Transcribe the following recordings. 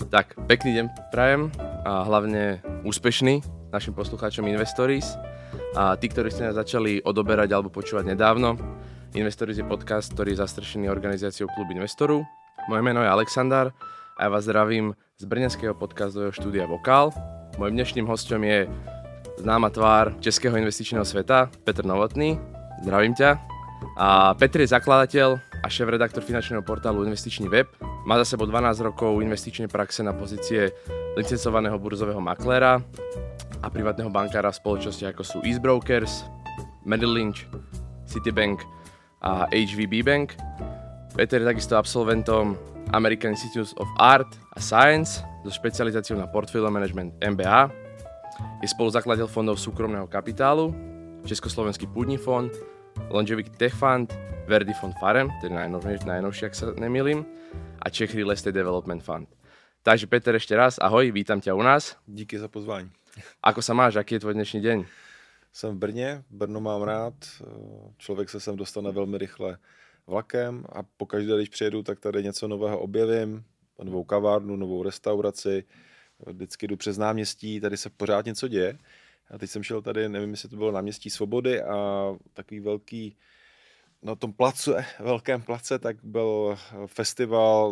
Tak, pekný deň prajem a hlavne úspešný našim poslucháčom Investories. A tí, ktorí ste nás začali odoberať alebo počúvať nedávno, Investories je podcast, ktorý je zastrešený organizáciou Klub Investoru. Moje meno je Alexandar a ja vás zdravím z brněnského podcastového štúdia Vokál. Mojím dnešným hosťom je známa tvár českého investičného sveta, Petr Novotný. Zdravím ťa. A Petr je zakladateľ a šéf-redaktor finančného portálu Investičný web. Má za sebou 12 rokov investičnej praxe na pozície licencovaného burzového makléra a privátneho bankára v spoločnosti ako sú East Brokers, Merrill Lynch, Citibank a HVB Bank. Peter je takisto absolventom American Institute of Art a Science so špecializáciou na portfolio management MBA. Je spoluzakladateľ fondov súkromného kapitálu, Československý púdny fond, Longevity Tech Fund, Verdi Fond Farem, to je najnovšie, ak sa nemýlim, a Czech Real Estate Development Fund. Takže Peter, ešte raz, ahoj, vítam ťa u nás. Díky za pozvání. Ako sa máš, aký je tvoj dnešní deň? Jsem v Brně, Brno mám rád, člověk se sem dostane velmi rychle vlakem a pokaždé, když přijedu, tak tady něco nového objevím, novou kavárnu, novou restauraci, vždycky jdu přes náměstí, tady se pořád něco děje. A teď jsem šel tady, nevím, jestli to bylo náměstí Svobody a takový velký, na tom velkém place, tak byl festival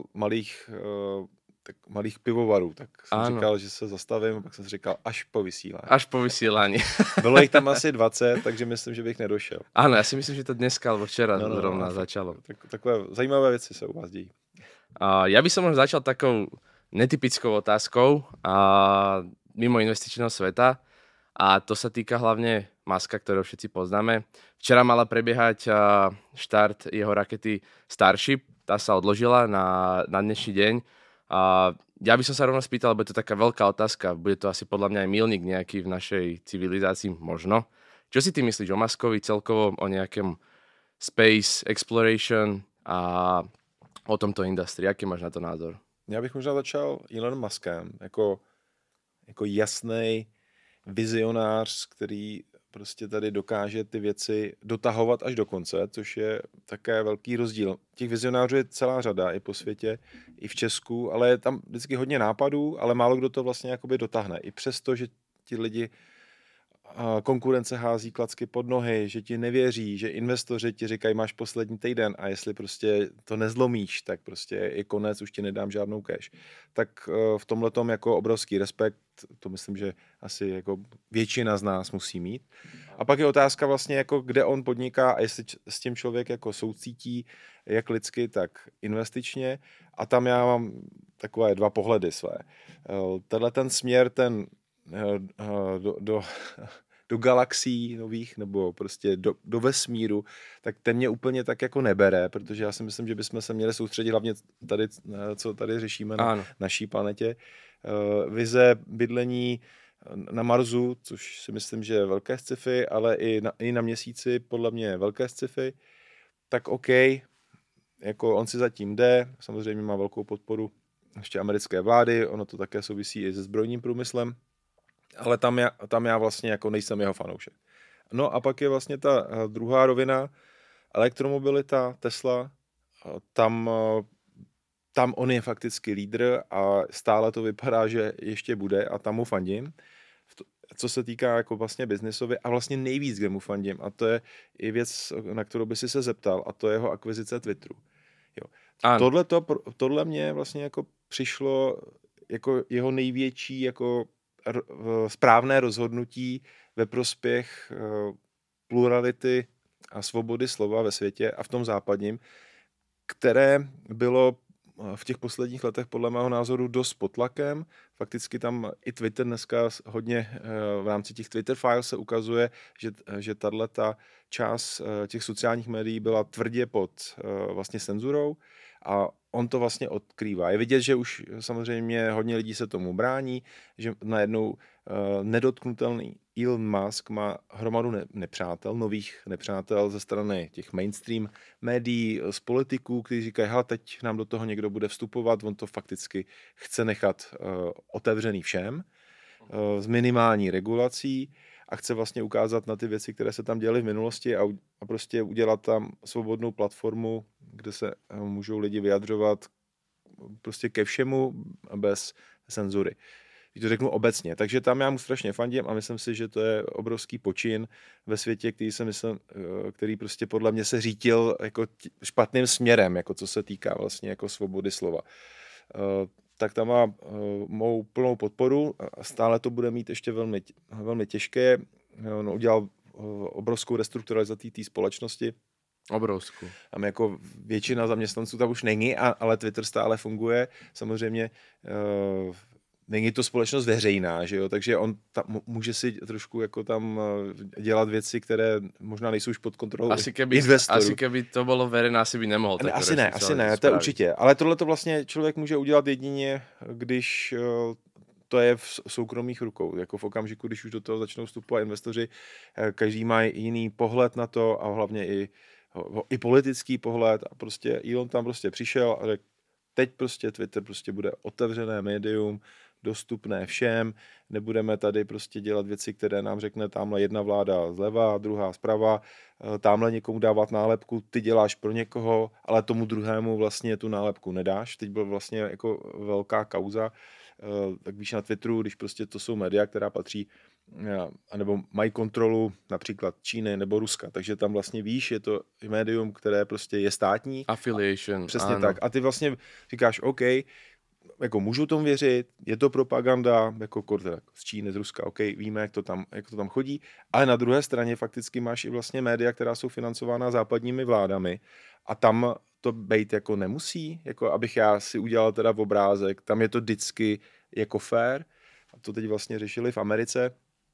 malých pivovarů, tak jsem říkal, že se zastavím, a pak jsem si říkal, až po vysílání. Až po vysílání. Bylo jich tam asi 20, takže myslím, že bych nedošel. Áno, ja si myslím, že to dneska alebo včera zrovna začalo. Takové zajímavé věci se u vás dějí. Ja by som možno začal takou netypickou otázkou mimo investičného sveta. A to sa týka hlavne Muska, ktorého všetci poznáme. Včera mala prebiehať štart jeho rakety Starship. Tá sa odložila na dnešný deň. Ja by som sa rovno spýtal, lebo je to taká veľká otázka. Bude to asi podľa mňa aj milník nejaký v našej civilizácii, možno. Čo si ty myslíš o Muskovi celkovo, o nejakém space exploration a o tomto industrii? Aký máš na to názor? Já bych možná začal Elonem Muskem, jako jasnej vizionář, který prostě tady dokáže ty věci dotahovat až do konce, což je také velký rozdíl. Těch vizionářů je celá řada i po světě, i v Česku, ale je tam vždycky hodně nápadů, ale málo kdo to vlastně jakoby dotáhne. I přesto, že ti lidi konkurence hází klacky pod nohy, že ti nevěří, že investoři ti říkají, máš poslední týden a jestli prostě to nezlomíš, tak prostě je konec, už ti nedám žádnou cash. Tak v tomhletom jako obrovský respekt, to myslím, že asi jako většina z nás musí mít. A pak je otázka vlastně, jako kde on podniká a jestli s tím člověk jako soucítí, jak lidsky, tak investičně. A tam já mám takové dva pohledy své. Tenhle ten směr, do galaxií nových nebo prostě do vesmíru, tak ten mě úplně tak jako nebere, protože já si myslím, že bychom se měli soustředit hlavně tady, co tady řešíme na naší planetě. Vize bydlení na Marsu, což si myslím, že je velké sci-fi, ale i na Měsíci podle mě je velké sci-fi, tak OK, jako on si zatím jde, samozřejmě má velkou podporu ještě americké vlády, ono to také souvisí i se zbrojním průmyslem, ale tam já vlastně jako nejsem jeho fanoušek. No a pak je vlastně ta druhá rovina, elektromobilita, Tesla, tam on je fakticky lídr a stále to vypadá, že ještě bude a tam mu fandím. Co se týká jako vlastně biznisově a vlastně nejvíc, kde mu fandím, a to je i věc, na kterou by si se zeptal, a to je jeho akvizice Twitteru. Jo. Tohle mě vlastně jako přišlo jako jeho největší jako správné rozhodnutí ve prospěch plurality a svobody slova ve světě a v tom západním, které bylo v těch posledních letech podle mého názoru dost pod tlakem. Fakticky tam i Twitter dneska hodně v rámci těch Twitter files se ukazuje, že tato část těch sociálních médií byla tvrdě pod vlastně cenzurou a on to vlastně odkrývá. Je vidět, že už samozřejmě hodně lidí se tomu brání, že najednou nedotknutelný Elon Musk má hromadu nových nepřátel ze strany těch mainstream médií, z politiků, kteří říkají, hele, teď nám do toho někdo bude vstupovat, on to fakticky chce nechat otevřený všem, s minimální regulací a chce vlastně ukázat na ty věci, které se tam děly v minulosti a prostě udělat tam svobodnou platformu, kde se můžou lidi vyjadřovat prostě ke všemu bez cenzury. Když to řeknu obecně. Takže tam já mu strašně fandím a myslím si, že to je obrovský počin ve světě, který prostě podle mě se řítil jako špatným směrem, jako co se týká vlastně jako svobody slova. Tak tam má mou plnou podporu a stále to bude mít ještě velmi, velmi těžké. On udělal obrovskou restrukturalizaci té společnosti. Obrovskou. Tam jako většina zaměstnanců tam už není, ale Twitter stále funguje. Samozřejmě není to společnost veřejná, že jo? Takže on může si trošku jako tam dělat věci, které možná nejsou už pod kontrolou investorů. Asi keby to bylo veřejné, asi by nemohl. Asi ne, to je určitě. Ale tohle to vlastně člověk může udělat jedině, když to je v soukromých rukou. Jako v okamžiku, když už do toho začnou vstupovat investoři, každý má jiný pohled na to a hlavně i politický pohled a prostě Elon tam prostě přišel a řekl, teď prostě Twitter prostě bude otevřené médium, dostupné všem, nebudeme tady prostě dělat věci, které nám řekne tamhle jedna vláda zleva, druhá zprava, tamhle někomu dávat nálepku, ty děláš pro někoho, ale tomu druhému vlastně tu nálepku nedáš. Teď byl vlastně jako velká kauza, tak víš na Twitteru, když prostě to jsou média, která patří anebo mají kontrolu například Číny nebo Ruska, takže tam vlastně víš, je to médium, které prostě je státní. Affiliation. Přesně tak. A ty vlastně říkáš, OK, jako můžu tomu věřit, je to propaganda, jako z Číny, z Ruska, OK, víme, jak to tam chodí, ale na druhé straně fakticky máš i vlastně média, která jsou financována západními vládami a tam to bejt jako nemusí, jako abych já si udělal teda v obrázek, tam je to vždycky jako fair a to teď vlastně řešili v Americe.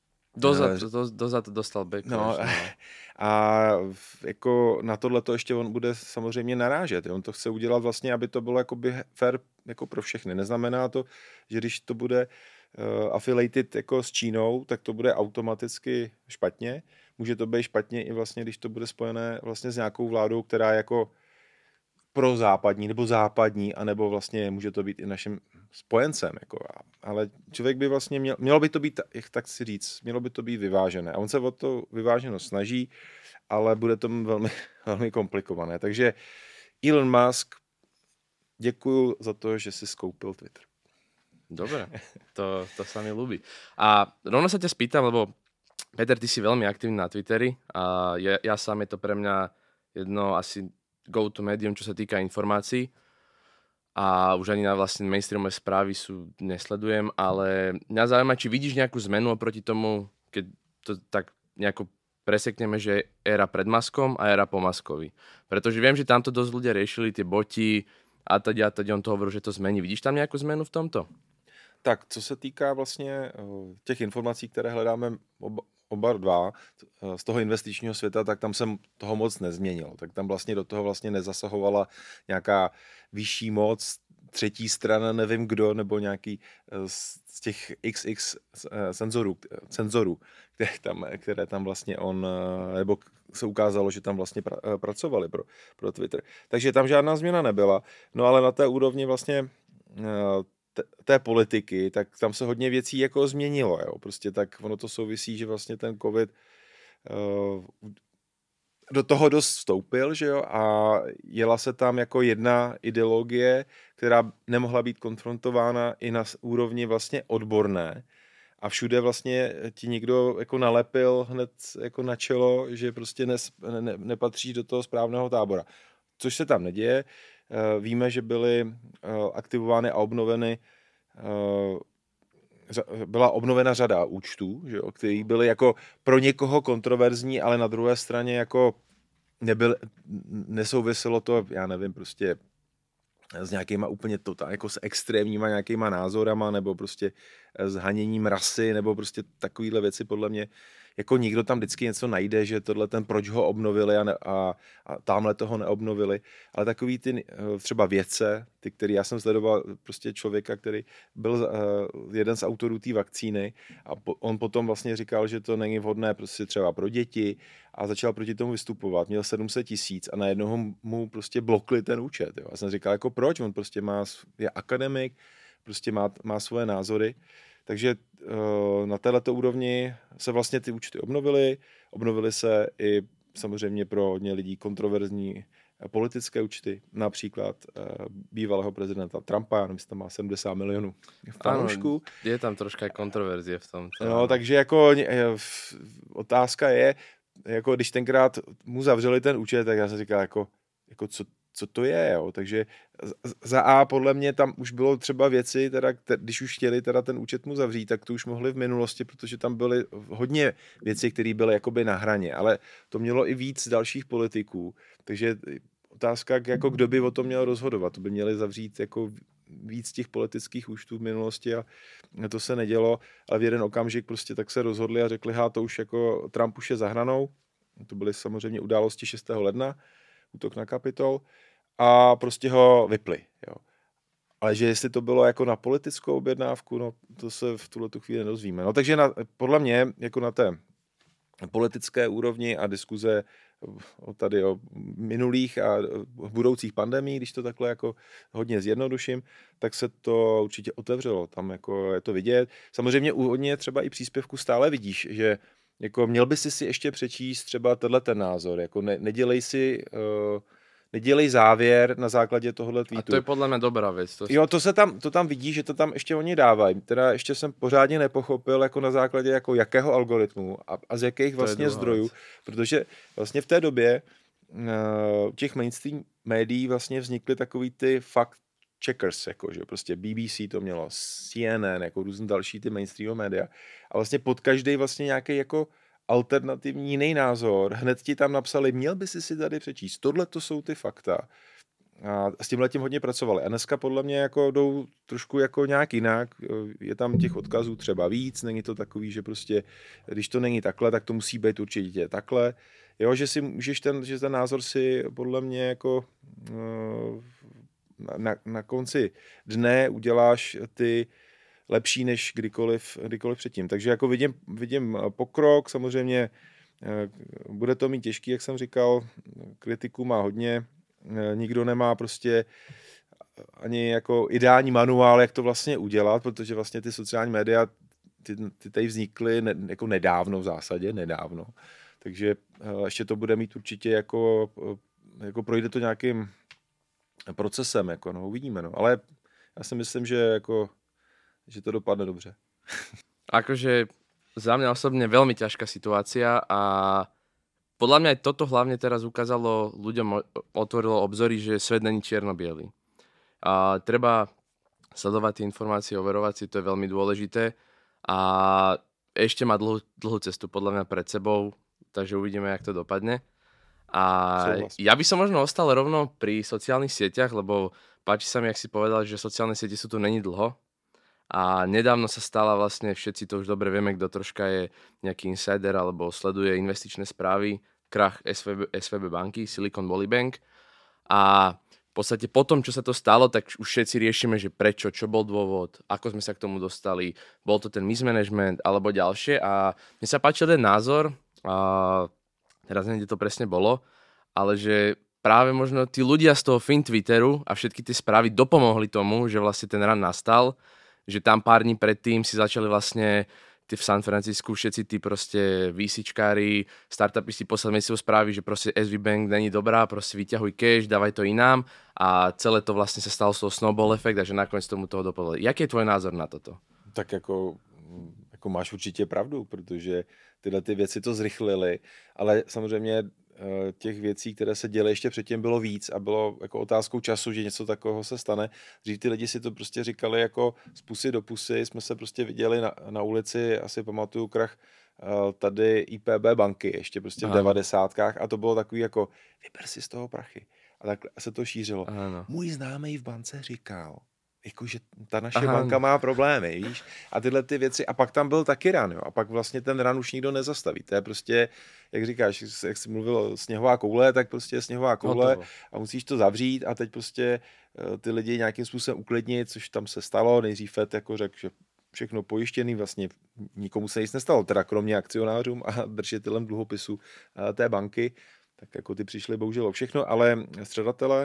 Dozad to dostal backlash. No, a jako na tohle to ještě on bude samozřejmě narážet. On to chce udělat vlastně, aby to bylo jakoby fair jako pro všechny. Neznamená to, že když to bude affiliated jako s Čínou, tak to bude automaticky špatně. Může to být špatně i vlastně, když to bude spojené vlastně s nějakou vládou, která je jako prozápadní nebo západní, anebo vlastně může to být i naším spojencem. Jako, ale člověk by vlastně mělo by to být, jak tak si říct, mělo by to být vyvážené. A on se o to vyváženost snaží, ale bude to velmi, velmi komplikované. Takže Elon Musk, děkuju za to, že si skoupil Twitter. Dobre, to sa mi ľúbi. A rovno sa ťa spýtam, lebo Peter, ty si veľmi aktívny na Twitteri a ja sám je to pre mňa jedno asi go-to medium, čo sa týka informácií. A už ani na vlastne mainstreamové správy nesledujem, ale mňa zaujíma, či vidíš nejakú zmenu oproti tomu, keď to tak nejako presekneme, že je éra pred Muskom a éra po Muskovi. Pretože viem, že tamto dosť ľudia riešili tie boti a teď on to hovoril, že to zmení. Vidíš tam nejakú zmenu v tomto? Tak, co se týká vlastně těch informací, které hledáme oba dva z toho investičního světa, tak tam jsem toho moc nezměnil. Tak tam vlastně do toho vlastně nezasahovala nějaká vyšší moc, třetí strana, nevím kdo, nebo nějaký z těch XX cenzorů, které tam vlastně on, nebo se ukázalo, že tam vlastně pracovali pro Twitter. Takže tam žádná změna nebyla. No ale na té úrovni vlastně té politiky, tak tam se hodně věcí jako změnilo. Jo. Prostě tak ono to souvisí, že vlastně ten covid do toho dost vstoupil, že jo, a jela se tam jako jedna ideologie, která nemohla být konfrontována i na úrovni vlastně odborné. A všude vlastně ti někdo jako nalepil hned jako na čelo, že prostě nepatří do toho správného tábora. Což se tam neděje. Víme, že byly aktivovány a obnoveny, byla obnovena řada účtů, že jo, které byly jako pro někoho kontroverzní, ale na druhé straně jako nesouviselo to, já nevím, prostě s nějakýma úplně jako s extrémníma nějakýma názorama nebo prostě s haněním rasy nebo prostě takovýhle věci podle mě jako nikdo tam vždycky něco najde, že tohle proč ho obnovili a tamhle toho neobnovili, ale takový ty třeba vědce, ty, který já jsem sledoval prostě člověka, který byl jeden z autorů té vakcíny a on potom vlastně říkal, že to není vhodné prostě třeba pro děti a začal proti tomu vystupovat, měl 700 000 a najednou mu prostě blokli ten účet. Jo. Já jsem říkal, jako proč? On prostě je akademik, prostě má svoje názory. Takže na této úrovni se vlastně ty účty obnovily se i samozřejmě pro hodně lidí kontroverzní politické účty, například bývalého prezidenta Trumpa, nevím, tam má 70 milionů fanoušků. Je tam troška kontroverzie v tom. No, takže jako otázka je, jako když tenkrát mu zavřeli ten účet, tak já jsem říkal, jako co to je, jo? Takže za A podle mě tam už bylo třeba věci, teda, když už chtěli teda ten účet mu zavřít, tak to už mohli v minulosti, protože tam byly hodně věcí, které byly jakoby na hraně, ale to mělo i víc dalších politiků, takže otázka, jako kdo by o tom měl rozhodovat, to by měli zavřít jako víc těch politických účtů v minulosti a to se nedělo, ale v jeden okamžik prostě tak se rozhodli a řekli, to už jako Trump už je za hranou, to byly samozřejmě události 6. ledna, útok na Kapitol a prostě ho vypli. Jo. Ale že jestli to bylo jako na politickou objednávku, no to se v tuhletu chvíli nedozvíme. No takže podle mě jako na té politické úrovni a diskuze tady o minulých a budoucích pandemií, když to takhle jako hodně zjednoduším, tak se to určitě otevřelo. Tam jako je to vidět. Samozřejmě u hodně třeba i příspěvku stále vidíš, že jako měl by si ještě přečíst třeba tenhle ten názor. Jako nedělej závěr na základě tohohle tweetu. A to je podle mě dobrá věc. Jo, to tam vidí, že to tam ještě oni dávají. Teda ještě jsem pořádně nepochopil, jako na základě jako jakého algoritmu a z jakých vlastně zdrojů. Věc. Protože vlastně v té době těch mainstream médií vlastně vznikly takový ty fact checkers, jako, že prostě BBC to mělo, CNN, jako různé další ty mainstream média. A vlastně pod každý vlastně nějaký jako alternativní jiný názor, hned ti tam napsali, měl by si tady přečíst, tohle to jsou ty fakta. A s tímhletím hodně pracovali. A dneska podle mě jako jdou trošku jako nějak jinak, je tam těch odkazů třeba víc, není to takový, že prostě, když to není takhle, tak to musí být určitě takhle. Jo, že si můžeš že ten názor si podle mě jako na konci dne uděláš ty lepší než kdykoliv předtím. Takže jako vidím pokrok, samozřejmě bude to mít těžký, jak jsem říkal, kritiků má hodně, nikdo nemá prostě ani jako ideální manuál, jak to vlastně udělat, protože vlastně ty sociální média, ty tady vznikly jako nedávno v zásadě, takže ještě to bude mít určitě jako projde to nějakým procesem, jako no, uvidíme, no, ale já si myslím, že to dopadne dobře. Akože za mňa osobne veľmi ťažká situácia a podľa mňa aj toto hlavne teraz ukázalo ľuďom, otvorilo obzory, že svet není čierno-biely. A treba sledovať tie informácie, overovať si, to je veľmi dôležité a ešte má dlhú cestu podľa mňa pred sebou, takže uvidíme, jak to dopadne. A ja by som možno ostal rovno pri sociálnych sieťach, lebo páči sa mi, jak si povedal, že sociálne siete sú tu není dlho. A nedávno sa stala vlastne, všetci to už dobre vieme, kto troška je nejaký insider alebo sleduje investičné správy, krach SVB banky, Silicon Valley Bank. A v podstate po tom, čo sa to stalo, tak už všetci riešime, že prečo, čo bol dôvod, ako sme sa k tomu dostali, bol to ten mismanagement alebo ďalšie. A mne sa páčil ten názor, a teraz neviem, kde to presne bolo, ale že práve možno tí ľudia z toho Twitteru a všetky tie správy dopomohli tomu, že vlastne ten run nastal, že tam pár dní predtým si začali vlastne v San Francisku všetci tí proste výsičkári, startupisti poslali mesiac správy, že proste SVB Bank není dobrá, proste vyťahuj cash, dávaj to inám a celé to vlastne sa stalo z toho snowball efekt a že nakoniec tomu toho dopadlo. Jaký je tvoj názor na toto? Tak jako máš určitě pravdu, protože tyhle ty věci to zrychlily, ale samozřejmě těch věcí, které se děly ještě předtím, bylo víc a bylo jako otázkou času, že něco takového se stane. Dřív ty lidi si to prostě říkali jako z pusy do pusy, jsme se prostě viděli na ulici, asi pamatuju krach tady IPB banky, ještě prostě v 90kách a to bylo takový jako vyber si z toho prachy. A tak se to šířilo. Ano. Můj známý v bance říkal, jakože ta naše banka má problémy, víš? A tyhle ty věci. A pak tam byl taky run, jo? A pak vlastně ten run už nikdo nezastaví. To je prostě, jak říkáš, jak jsi mluvil o sněhová koule, tak prostě sněhová koule a musíš to zavřít a teď prostě ty lidi nějakým způsobem uklidnit, což tam se stalo. Nejdřív Fed jako řekl, že všechno pojištěný, vlastně nikomu se nic nestalo, teda kromě akcionářům a držitelem dluhopisu té banky. Tak jako ty přišli bohužel o všechno, ale středatele,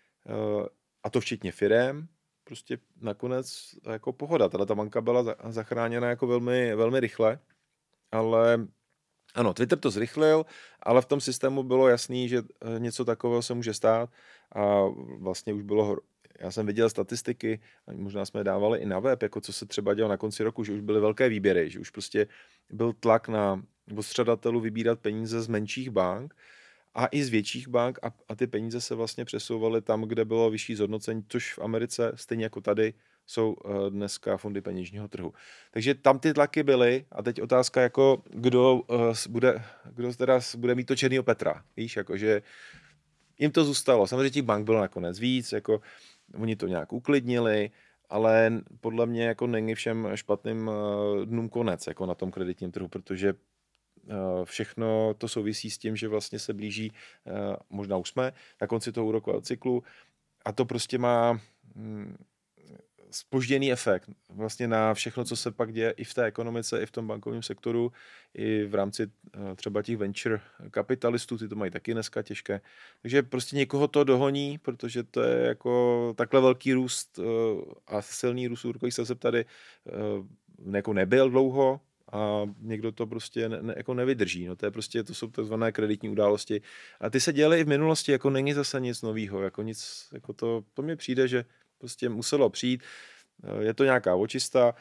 a to včetně firem, prostě nakonec jako pohoda. Teda ta banka byla zachráněna jako velmi, velmi rychle, ale Ano, Twitter to zrychlil, ale v tom systému bylo jasný, že něco takového se může stát a vlastně už bylo, já jsem viděl statistiky, možná jsme je dávali i na web, jako co se třeba dělo na konci roku, že už byly velké výběry, že už prostě byl tlak na střadatelů vybírat peníze z menších bank a i z větších bank a ty peníze se vlastně přesouvaly tam, kde bylo vyšší zhodnocení, což v Americe, stejně jako tady, jsou dneska fondy peněžního trhu. Takže tam ty tlaky byly a teď otázka, jako kdo teda bude mít to černýho Petra. Víš, jakože jim to zůstalo. Samozřejmě těch bank bylo nakonec víc, jako oni to nějak uklidnili, ale podle mě jako není všem špatným dnům konec jako na tom kreditním trhu, protože všechno to souvisí s tím, že vlastně se blíží, možná už jsme na konci toho úrokového cyklu a to prostě má zpožděný efekt vlastně na všechno, co se pak děje i v té ekonomice, i v tom bankovním sektoru, i v rámci třeba těch venture kapitalistů, ty to mají taky dneska těžké. Takže prostě někoho to dohoní, protože to je jako takhle velký růst a silný růst úrokových sazeb tady jako nebyl dlouho a někdo to prostě jako nevydrží. No to je prostě, to jsou takzvané kreditní události. A ty se dělaly i v minulosti, jako není zase nic novýho, jako nic, jako to mně přijde, že prostě muselo přijít, je to nějaká očista,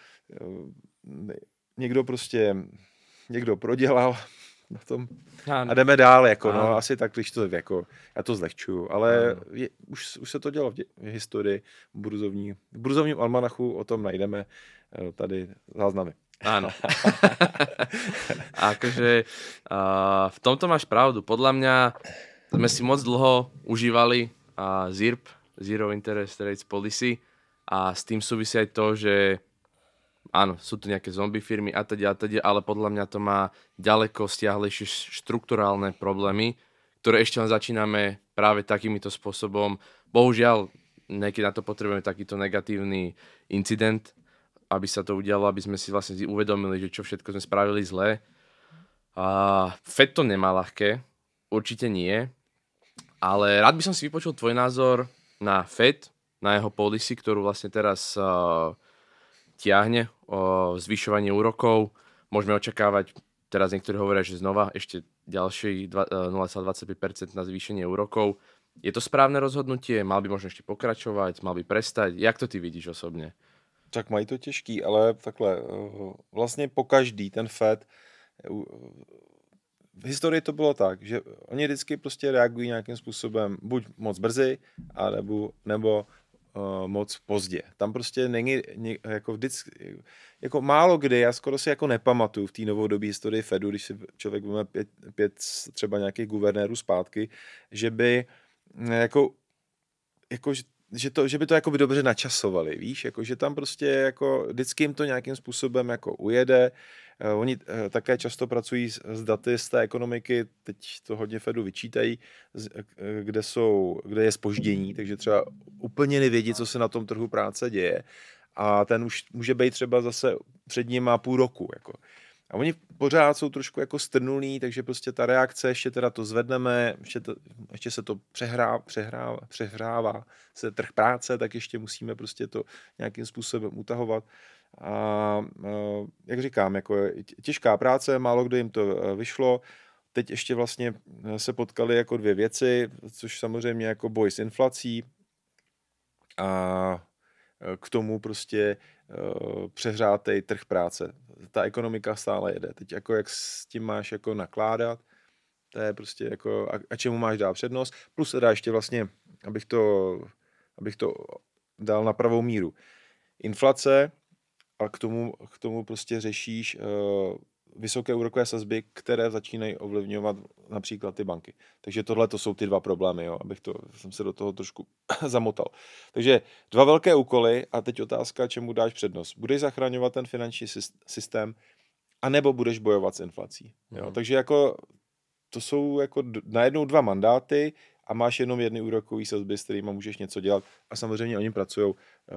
někdo prodělal na tom a jdeme dál, jako no, asi tak, když to jako, já to zlehčuju, ale už se to dělo v historii v burzovním almanachu, o tom najdeme tady záznamy. Áno. Akože v tomto máš pravdu. Podľa mňa sme si moc dlho užívali ZIRP, Zero Interest Rates Policy, a s tým súvisí aj to, že áno, sú tu nejaké zombie firmy a teda, ale podľa mňa to má ďaleko stiahlejšie štrukturálne problémy, ktoré ešte len začíname práve takýmito spôsobom. Bohužiaľ, niekedy na to potrebujeme takýto negatívny incident, aby sa to udialo, aby sme si vlastne uvedomili, že čo všetko sme spravili zle. Fed to nemá ľahké, určite nie, ale rád by som si vypočul tvoj názor na Fed, na jeho policy, ktorú vlastne teraz tiahne o zvyšovanie úrokov. Môžeme očakávať, teraz niektorí hovoria, že znova ešte ďalšie 0,25% na zvýšenie úrokov. Je to správne rozhodnutie? Mal by možno ešte pokračovať? Mal by prestať? Jak to ty vidíš osobne? Tak mají to těžký, ale takhle, vlastně po každý ten Fed, v historii to bylo tak, že oni vždycky prostě reagují nějakým způsobem, buď moc brzy, nebo moc pozdě. Tam prostě není, jako vždycky, jako málo kdy, já skoro si jako nepamatuju v té novodobí historii Fedu, když si člověk vezme pět třeba nějakých guvernérů zpátky, že by že by to jako by dobře načasovali, víš, jako že tam prostě jako vždycky jim to nějakým způsobem jako ujede. Oni také často pracují s daty z té ekonomiky, teď to hodně Fedu vyčítají, kde je zpoždění, takže třeba úplně nevědí, co se na tom trhu práce děje a ten už může být třeba zase před nima půl roku, jako. A oni pořád jsou trošku jako strnulí, takže prostě ta reakce, ještě teda to zvedneme, ještě se to přehrává se trh práce, tak ještě musíme prostě to nějakým způsobem utahovat. A jak říkám, jako těžká práce, málo kdo jim to vyšlo. Teď ještě vlastně se potkali jako dvě věci, což samozřejmě jako boj s inflací a k tomu prostě přehrátej trh práce. Ta ekonomika stále jede. Teď jako jak s tím máš jako nakládat, to je prostě jako a čemu máš dát přednost. Plus teda ještě vlastně, abych to dal na pravou míru. Inflace a k tomu prostě řešíš vysoké úrokové sazby, které začínají ovlivňovat například ty banky. Takže tohle to jsou ty dva problémy, jo, jsem se do toho trošku zamotal. Takže dva velké úkoly a teď otázka, čemu dáš přednost. Budeš zachraňovat ten finanční systém, anebo budeš bojovat s inflací. Jo? Takže jako to jsou jako najednou dva mandáty a máš jenom jedny úrokový sazby, s kterými můžeš něco dělat a samozřejmě oni pracují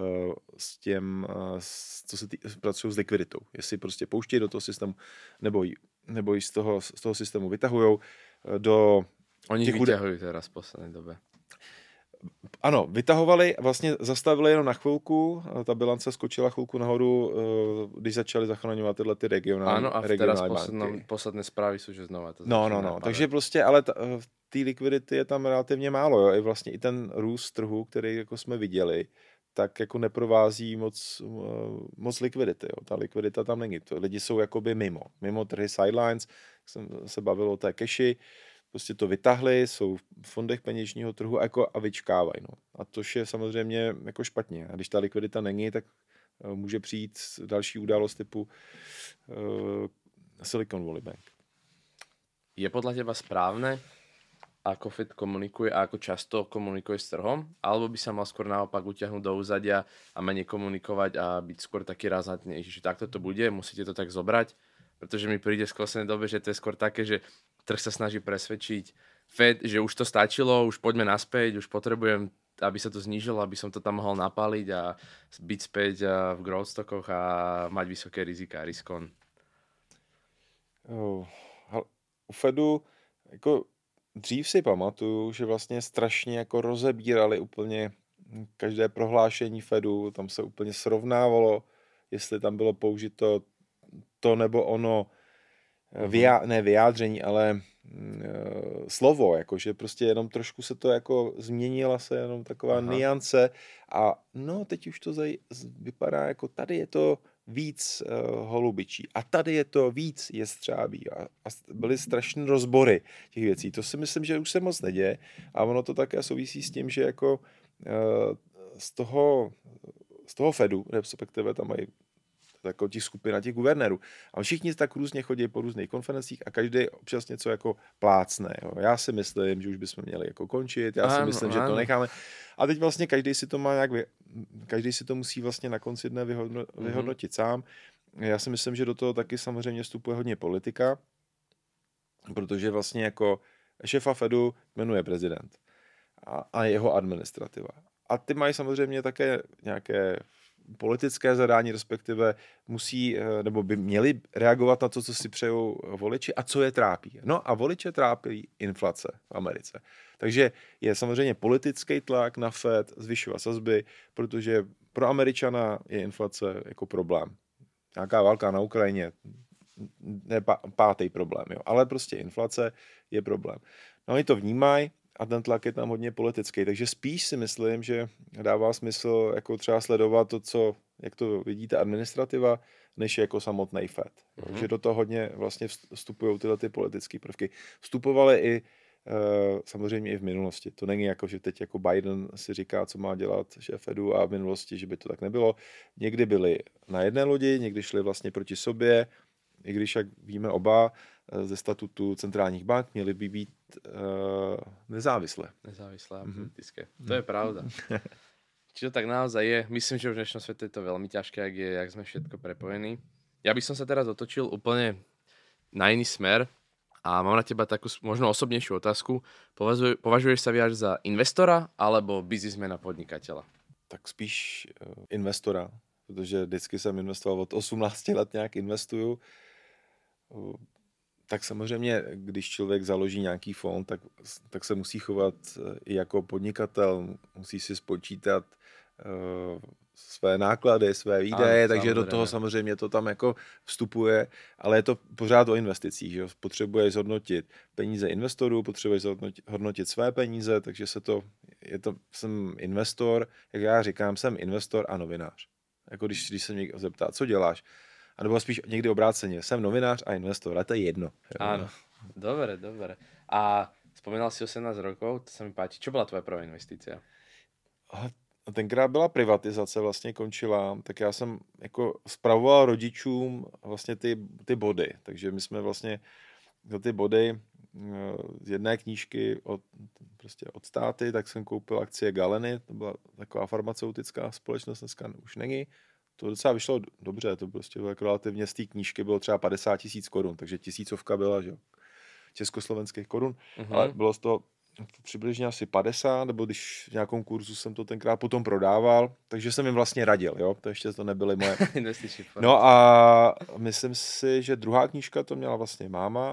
pracují s likviditou. Jestli prostě pouštějí do toho systému, nebo ji z toho systému vytahujou do... Oni vyťahují teraz v poslednej dobe. Ano, vytahovali, vlastně zastavili jenom na chvilku, ta bilance skočila chvilku nahoru, když začali zachraňovat tyhle ty regionální banky. Áno, a teraz posledné správy jsou, že znova to No, takže prostě, ale té likvidity je tam relativně málo, jo, i vlastně i ten růst trhu, který jako jsme viděli, tak jako neprovází moc likvidity, jo. Ta likvidita tam není, lidi jsou jakoby mimo trhy sidelines, jsem se bavil o té cashi, prostě to vytahli, jsou v fondech peněžního trhu a vyčkávají. No. A to je samozřejmě jako špatně. A když ta likvidita není, tak může přijít další událost typu Silicon Valley Bank. Je podľa teba správne, ako Fed komunikuje a ako často komunikuje s trhom? Alebo by sa mal skôr naopak utiahnuť do úzadia a menej komunikovať a byť skôr taký razantnejší, že takto to bude, musíte to tak zobrať? Pretože mi príde v sklesenej dobe, že to je skôr také, že trh sa snaží presvedčiť Fed, že už to stačilo, už poďme naspäť, už potrebujem, aby sa to znížilo, aby som to tam mohol napáliť a byť späť v growth stockoch a mať vysoké rizika, riskon. U Fedu, jako dřív si pamatuju, že vlastně strašně jako rozebírali úplně každé prohlášení Fedu, tam se úplně srovnávalo, jestli tam bylo použito to nebo ono, ne vyjádření, ale slovo, jakože prostě jenom trošku se to jako změnila se jenom taková nuance a no teď už to vypadá jako tady je to víc holubičí a tady je to víc jestřábí a byly strašné rozbory těch věcí. To si myslím, že už se moc neděje a ono to také souvisí s tím, že jako z toho Fedu, respektive tam mají jako těch skupin a těch guvernérů. A všichni tak různě chodí po různých konferencích a každý občas něco jako plácne. Jo. Já si myslím, že už bychom měli jako končit, já si myslím, že to necháme. A teď vlastně každý si to má každý si to musí vlastně na konci dne vyhodnotit sám. Já si myslím, že do toho taky samozřejmě vstupuje hodně politika, protože vlastně jako šéfa Fedu jmenuje prezident a jeho administrativa. A ty mají samozřejmě také nějaké politické zadání, respektive musí, nebo by měli reagovat na to, co si přejou voliči a co je trápí. No a voliče trápí inflace v Americe. Takže je samozřejmě politický tlak na Fed zvyšovat sazby, protože pro Američana je inflace jako problém. Nějaká válka na Ukrajině, ne pátý problém, jo. Ale prostě inflace je problém. No oni to vnímají, a ten tlak je tam hodně politický, takže spíš si myslím, že dává smysl jako třeba sledovat to, jak to vidí ta administrativa, než jako samotný Fed. Že do toho hodně vlastně vstupují tyhle ty politické prvky. Vstupovaly i samozřejmě i v minulosti. To není jako, že teď jako Biden si říká, co má dělat šéf Fedu a v minulosti, že by to tak nebylo. Někdy byli na jedné lodi, někdy šli vlastně proti sobě, i když, jak víme oba, ze statutu centrálních bank měly by být nezávislé. Nezávislé a politické. To je pravda. Či to tak naozaj je? Myslím, že v dnešnom svete je to veľmi ťažké, jak sme všetko prepojení. Ja by som sa teraz otočil úplne na iný smer a mám na teba takú možno osobnejšiu otázku. Považuješ sa viac za investora alebo biznismena podnikateľa? Tak spíš investora, protože vždycky jsem investoval od 18 let, nějak investuju. Tak samozřejmě, když člověk založí nějaký fond, tak se musí chovat i jako podnikatel, musí si spočítat své náklady, své výdaje, takže samozřejmě do toho samozřejmě to tam jako vstupuje, ale je to pořád o investicích, že jo? Potřebuješ zhodnotit peníze investorů, potřebuješ hodnotit své peníze, takže jsem investor, jak já říkám, jsem investor a novinář. Jako když se mě zeptá, co děláš? A nebo spíš někdy obráceně. Jsem novinář a investor, ale to je jedno. Áno, dobre. A spomínal si 18 rokov, to sa mi páči. Čo bola tvoja prvá investícia? Tenkrát byla privatizace, vlastně končila, tak já jsem jako spravoval rodičům vlastně ty body. Takže my jsme vlastně za ty body z jedné knížky od státy, tak jsem koupil akcie Galeny, to byla taková farmaceutická společnost, dneska už není. To docela vyšlo dobře, to prostě bylo jako relativně z té knížky bylo třeba 50 000 korun, takže 1000 byla, že jo, československých korun, ale bylo z toho přibližně asi 50, nebo když v nějakém kurzu jsem to tenkrát potom prodával, takže jsem jim vlastně radil, jo, to ještě to nebyly moje. No a myslím si, že druhá knížka to měla vlastně máma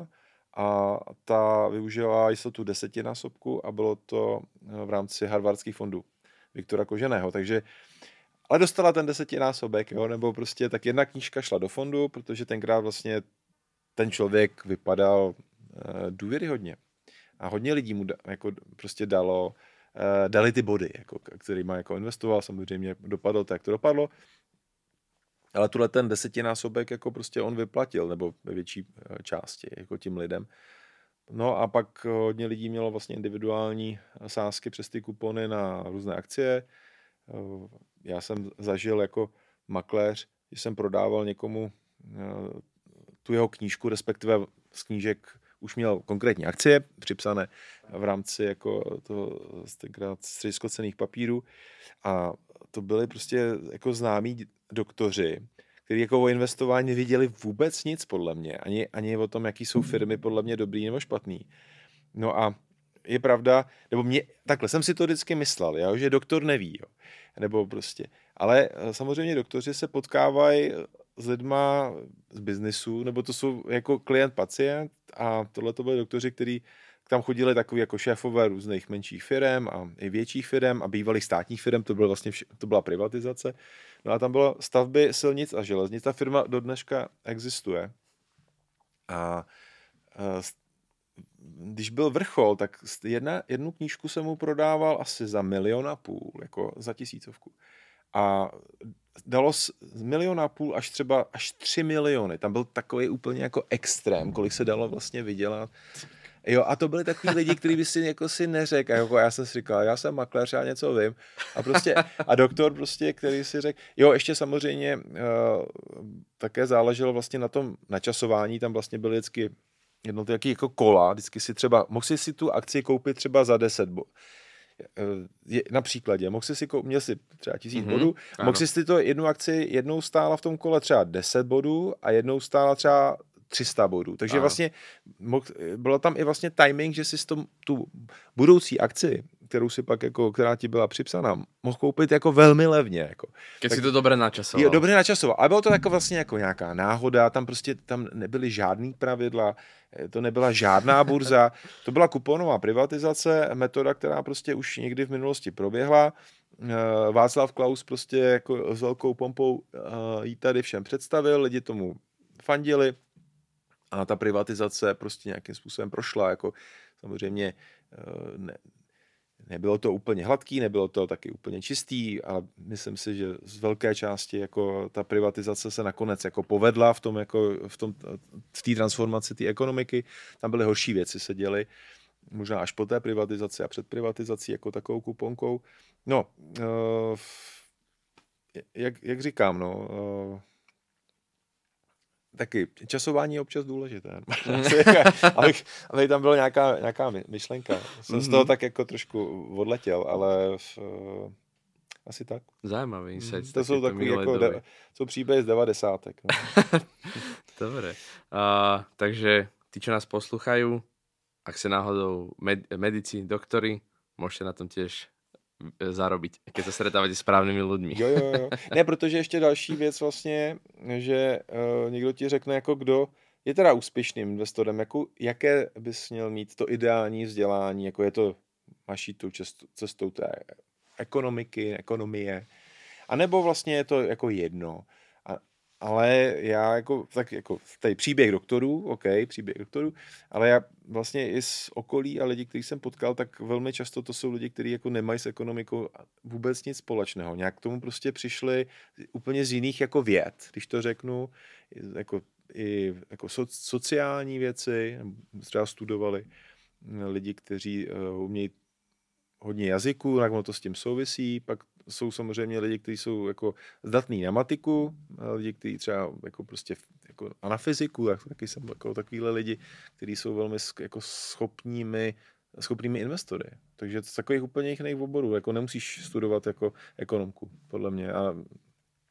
a ta využila jistotu 10násobku a bylo to v rámci harvardských fondů Viktora Koženého, takže ale dostala ten 10násobek, jo, nebo prostě tak jedna knížka šla do fondu, protože tenkrát vlastně ten člověk vypadal důvěryhodně a hodně lidí mu jako prostě dali ty body, jako, kterýma jako investoval, samozřejmě dopadlo tak, jak to dopadlo, ale tuhle ten 10násobek jako prostě on vyplatil, nebo ve větší části, jako tím lidem. No a pak hodně lidí mělo vlastně individuální sázky přes ty kupony na různé akcie. Já jsem zažil jako makléř, že jsem prodával někomu tu jeho knížku, respektive z knížek už měl konkrétní akcie připsané v rámci jako to tenkrát středisko cenných papírů a to byli prostě jako známí doktoři, kteří jako o investování nevěděli vůbec nic podle mě, ani o tom, jaký jsou firmy podle mě dobrý nebo špatný. No a je pravda, nebo takhle jsem si to vždycky myslel, jo, že doktor neví, jo, nebo prostě, ale samozřejmě doktoři se potkávají s lidma z biznisu, nebo to jsou jako klient-pacient a tohle to byli doktoři, kteří tam chodili takový jako šéfové různých menších firem a i větších firem a bývalých státních firem, to bylo vlastně to byla privatizace. No a tam bylo stavby silnic a železnic. Ta firma do dneška existuje. A když byl vrchol, tak jednu knížku jsem mu prodával asi za 1,5 milionu, jako za 1000. A dalo z 1,5 milionu až 3 miliony. Tam byl takový úplně jako extrém, kolik se dalo vlastně vydělat. Jo, a to byli takový lidi, kteří by si jako si neřekl, a jako já jsem si říkal, já jsem makléř, já něco vím. A doktor prostě, který si řekl, jo, ještě samozřejmě také záleželo vlastně na tom načasování, tam vlastně byly vždycky jednotlivé jako kola, vždycky si třeba, mohl si tu akci koupit třeba za 10 bodů. Na příkladě, měl si třeba 1000 bodů, a mohl si to jednu akci, jednou stála v tom kole třeba 10 bodů a jednou stála třeba 300 bodů. Takže vlastně bylo tam i vlastně timing, že si tu budoucí akci, kterou si pak jako, která ti byla připsaná, mohl koupit jako velmi levně. Jako. Keď si to dobře načasoval. Jo, dobře načasoval. A bylo to jako vlastně jako nějaká náhoda, tam nebyly žádný pravidla, to nebyla žádná burza, to byla kuponová privatizace, metoda, která prostě už někdy v minulosti proběhla. Václav Klaus prostě jako s velkou pompou jí tady všem představil, lidi tomu fandili a ta privatizace prostě nějakým způsobem prošla, jako samozřejmě nebylo to úplně hladký, nebylo to taky úplně čistý, ale myslím si, že z velké části jako ta privatizace se nakonec jako povedla v té transformaci té ekonomiky. Tam byly horší věci se děly, možná až po té privatizaci a před privatizací jako takovou kuponkou. No, jak říkám, no, taky časování je občas důležité. aby tam byla nějaká myšlenka. Jsem z toho tak jako trošku odletěl, ale asi tak. Zajímavý insight. To jsou takový jako jsou příběhy z 90. No. Dobre. Takže tí, čo nás posluchajú, ak sa náhodou medici, doktori, môžete na tom tiež zarobiť, keď sa stretávate s správnými ľuďmi. Jo. Ne, protože ještě další věc vlastně, že někdo ti řekne, jako kdo je teda úspěšným investorem, jako jaké bys měl mít to ideální vzdělání, jako je to maší tou cestou té ekonomie, anebo vlastně je to jako jedno. Ale já jako tady příběh doktorů, ale já vlastně i z okolí a lidi, kteří jsem potkal, tak velmi často to jsou lidi, kteří jako nemají s ekonomikou vůbec nic společného. Nějak k tomu prostě přišli úplně z jiných jako věd, když to řeknu, jako sociální věci, třeba studovali lidi, kteří umějí hodně jazyků, tak ono to s tím souvisí, pak jsou samozřejmě lidi, kteří jsou jako zdatní na matiku, lidi, kteří třeba jako prostě jako a na fyziku, tak taky jsem jako takovýhle lidi, kteří jsou velmi jako schopnými investory. Takže to takových úplně jiných oborů, jako nemusíš studovat jako ekonomku, podle mě. A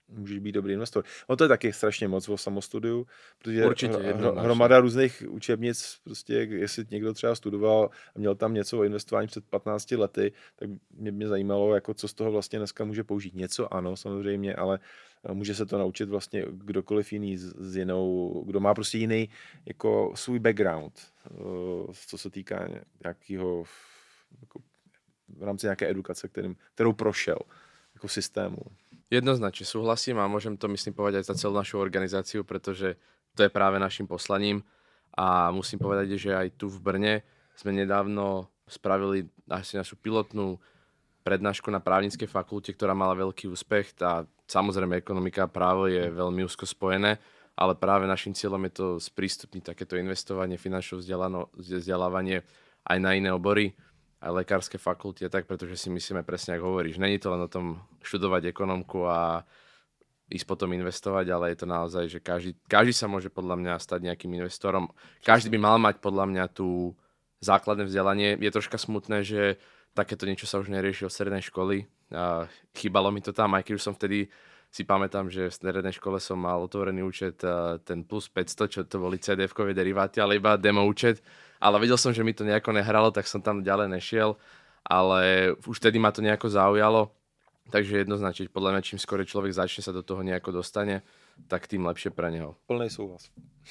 můžeš být dobrý investor. No to je taky strašně moc o samostudiu, protože určitě, hromada různých učebnic, prostě jestli někdo třeba studoval a měl tam něco o investování před 15 lety, tak mě zajímalo, jako co z toho vlastně dneska může použít. Něco ano, samozřejmě, ale může se to naučit vlastně kdokoliv jiný s jinou, kdo má prostě jiný jako svůj background, co se týká nějakého jako v rámci nějaké edukace, kterou prošel jako systému. Jednoznačne súhlasím a môžem to myslím povedať za celú našu organizáciu, pretože to je práve našim poslaním a musím povedať, že aj tu v Brne sme nedávno spravili asi našu pilotnú prednášku na právnickej fakulte, ktorá mala veľký úspech a samozrejme ekonomika a právo je veľmi úzko spojené, ale práve našim cieľom je to sprístupniť takéto investovanie, finančné vzdelávanie aj na iné obory, aj lekárske fakulty a tak, pretože si myslíme presne, ako hovoríš, není to len o tom študovať ekonomku a ísť potom investovať, ale je to naozaj, že každý sa môže podľa mňa stať nejakým investorom. Každý by mal mať podľa mňa tú základné vzdelanie. Je troška smutné, že takéto niečo sa už nerieši od strednej školy. Chýbalo mi to tam, aj keď už som vtedy si pamätám, že v strednej škole som mal otvorený účet, ten plus 500, čo to boli CDF-kové deriváty, ale iba demo účet. Ale videl som, že mi to nejako nehralo, tak som tam ďalej nešiel, ale už vtedy ma to nejako zaujalo, takže jednoznačne, podľa mňa, čím skôr človek začne sa do toho nejako dostane, tak tým lepšie pre neho. Plný súhlas.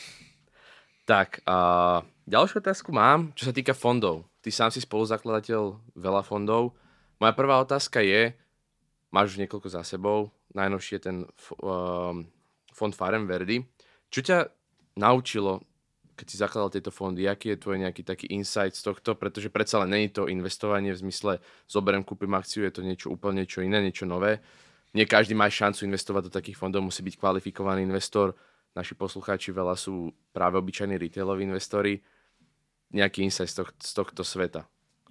Tak, a ďalšiu otázku mám, čo sa týka fondov. Ty sám si spoluzakladateľ veľa fondov. Moja prvá otázka je, máš už niekoľko za sebou, najnovšie je ten fond Farem Verdi. Čo ťa naučilo, keď si zakladal tieto fondy, aký je tvoj nejaký taký insight z tohto, pretože predsa len není to investovanie v zmysle zoberiem, kúpim akciu, je to niečo úplne niečo iné, niečo nové. Nie každý má šancu investovať do takých fondov, musí byť kvalifikovaný investor. Naši poslucháči veľa sú práve obyčajní retailoví investori. Nejaký insight z tohto sveta?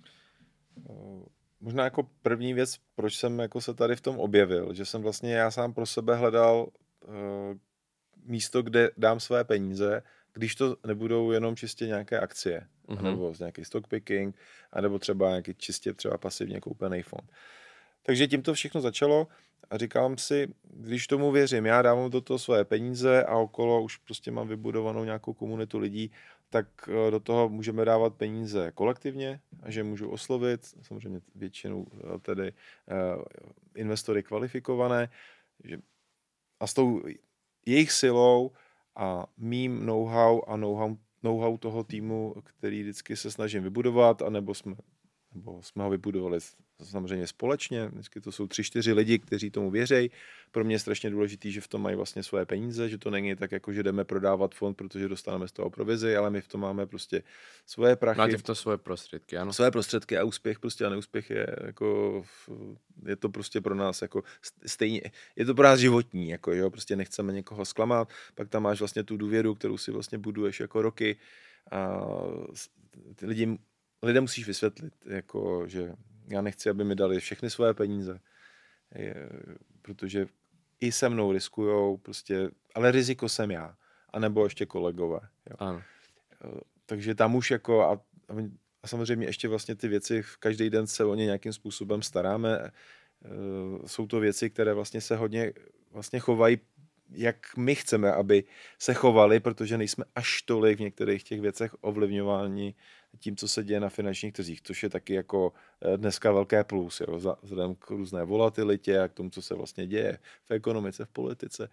Možná jako první věc, proč jsem jako se tady v tom objevil, že jsem vlastně já sám pro sebe hledal místo, kde dám své peníze, když to nebudou jenom čistě nějaké akcie, nebo nějaký stock picking, anebo třeba nějaký čistě třeba pasivně koupený fond. Takže tím to všechno začalo a říkám si, když tomu věřím, já dávám do toho své peníze a okolo už prostě mám vybudovanou nějakou komunitu lidí, tak do toho můžeme dávat peníze kolektivně a že můžu oslovit, samozřejmě většinou tedy investory kvalifikované, a s tou jejich silou a mým know-how a know-how toho týmu, který vždycky se snažím vybudovat, anebo jsme ho vybudovali samozřejmě společně. Vždycky to jsou 3-4 lidi, kteří tomu věří. Pro mě je strašně důležitý, že v tom mají vlastně svoje peníze, že to není tak, jako že jdeme prodávat fond, protože dostaneme z toho provizi, ale my v tom máme prostě svoje prachy. Máte v tom svoje prostředky, ano. Svoje prostředky a úspěch prostě a neúspěch je to prostě pro nás jako stejně, je to pro nás životní, jako jo, prostě nechceme někoho zklamat, pak tam máš vlastně tu důvěru, kterou si vlastně buduješ jako roky a ty lidem musíš vysvětlit, jako, že já nechci, aby mi dali všechny svoje peníze, protože i se mnou riskujou, prostě, ale riziko jsem já, anebo ještě kolegové. Jo. Ano. Takže tam už jako a samozřejmě ještě vlastně ty věci, každý den se o ně nějakým způsobem staráme. Jsou to věci, které vlastně se hodně vlastně chovají, jak my chceme, aby se chovali, protože nejsme až tolik v některých těch věcech ovlivňováni tím, co se děje na finančních trzích, což je taky jako dneska velké plus, jo, vzhledem k různé volatilitě a k tomu, co se vlastně děje v ekonomice, v politice.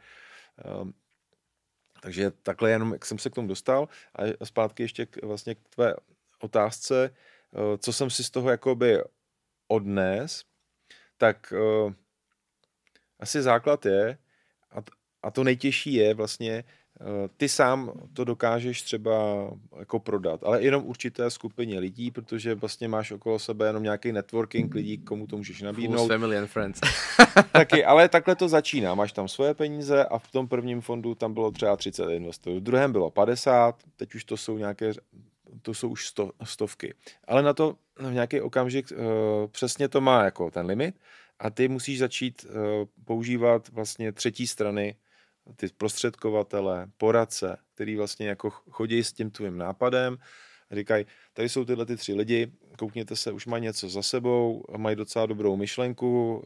Takže takhle jenom, jak jsem se k tomu dostal a zpátky ještě vlastně k tvé otázce, co jsem si z toho jakoby odnes, tak asi základ je, a to nejtěžší je vlastně, ty sám to dokážeš třeba jako prodat, ale jenom určité skupině lidí, protože vlastně máš okolo sebe jenom nějaký networking lidí, komu to můžeš nabídnout. Family and friends. Taky, ale takhle to začíná. Máš tam svoje peníze a v tom prvním fondu tam bylo třeba 30 investorů. V druhém bylo 50, teď už to jsou už stovky. Ale na to v nějaký okamžik přesně to má jako ten limit a ty musíš začít používat vlastně třetí strany, ty prostředkovatele, poradce, který vlastně jako chodí s tím tvým nápadem a říkají, tady jsou tyhle 3 lidi, koukněte se, už mají něco za sebou, mají docela dobrou myšlenku,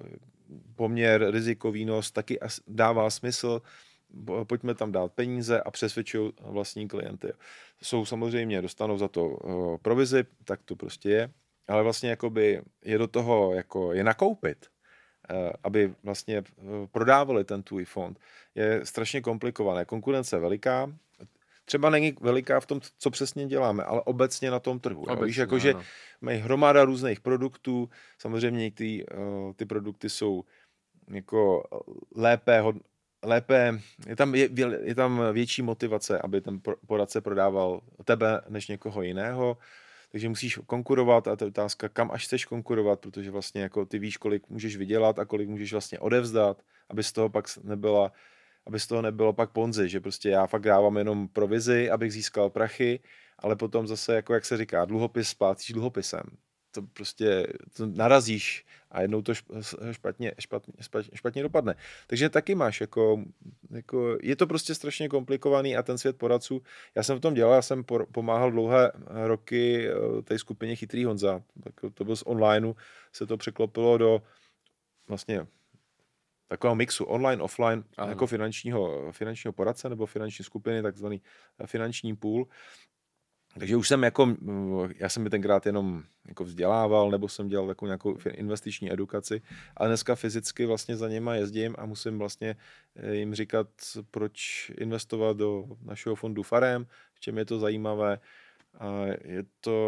poměr riziko-výnos taky dává smysl, pojďme tam dát peníze a přesvědčují vlastní klienty. Jsou samozřejmě, dostanou za to provizi, tak to prostě je, ale vlastně jakoby je do toho jako je nakoupit, aby vlastně prodávali ten tvůj fond, je strašně komplikované. Konkurence je veliká, třeba není veliká v tom, co přesně děláme, ale obecně na tom trhu. Víš, jakože mají hromada různých produktů, samozřejmě některé ty produkty jsou jako lépe, je tam větší motivace, aby ten poradce prodával tebe než někoho jiného, takže musíš konkurovat a to je otázka, kam až chceš konkurovat, protože vlastně jako ty víš, kolik můžeš vydělat a kolik můžeš vlastně odevzdat, aby z toho nebylo pak ponzi, že prostě já fakt dávám jenom provizi, abych získal prachy, ale potom zase, jako jak se říká, dluhopis splácíš dluhopisem. To prostě to narazíš a jednou to špatně dopadne. Takže taky máš jako je to prostě strašně komplikovaný a ten svět poradců, já jsem v tom dělal, já jsem pomáhal dlouhé roky té skupině Chytrý Honza, tak to bylo z onlineu, se to překlopilo do vlastně takového mixu online, offline, jako finančního poradce nebo finanční skupiny, takzvaný finanční pool. Takže už jsem já jsem mi tenkrát jenom jako vzdělával, nebo jsem dělal takovou nějakou investiční edukaci, ale dneska fyzicky vlastně za něma jezdím a musím vlastně jim říkat, proč investovat do našeho fondu Farem, v čem je to zajímavé. A je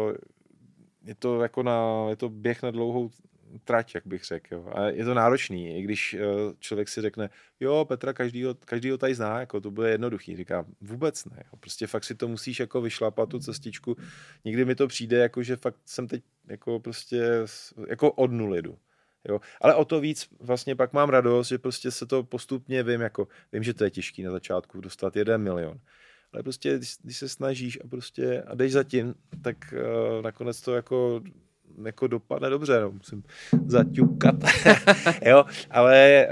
to běh na dlouhou trať, jak bych řekl. Jo. A je to náročný, i když člověk si řekne, jo, Petra každýho tady zná, jako to bude jednoduchý. Říká, vůbec ne. Jo. Prostě fakt si to musíš jako vyšlapat tu cestičku. Nikdy mi to přijde, jako že fakt jsem teď jako prostě jako od nuly jdu. Jo. Ale o to víc vlastně pak mám radost, že prostě se to postupně vím, že to je těžký na začátku dostat 1 milion. Ale prostě, když se snažíš a jdeš za tím, tak nakonec to jako dopadne dobře, no, musím zaťukat, jo, ale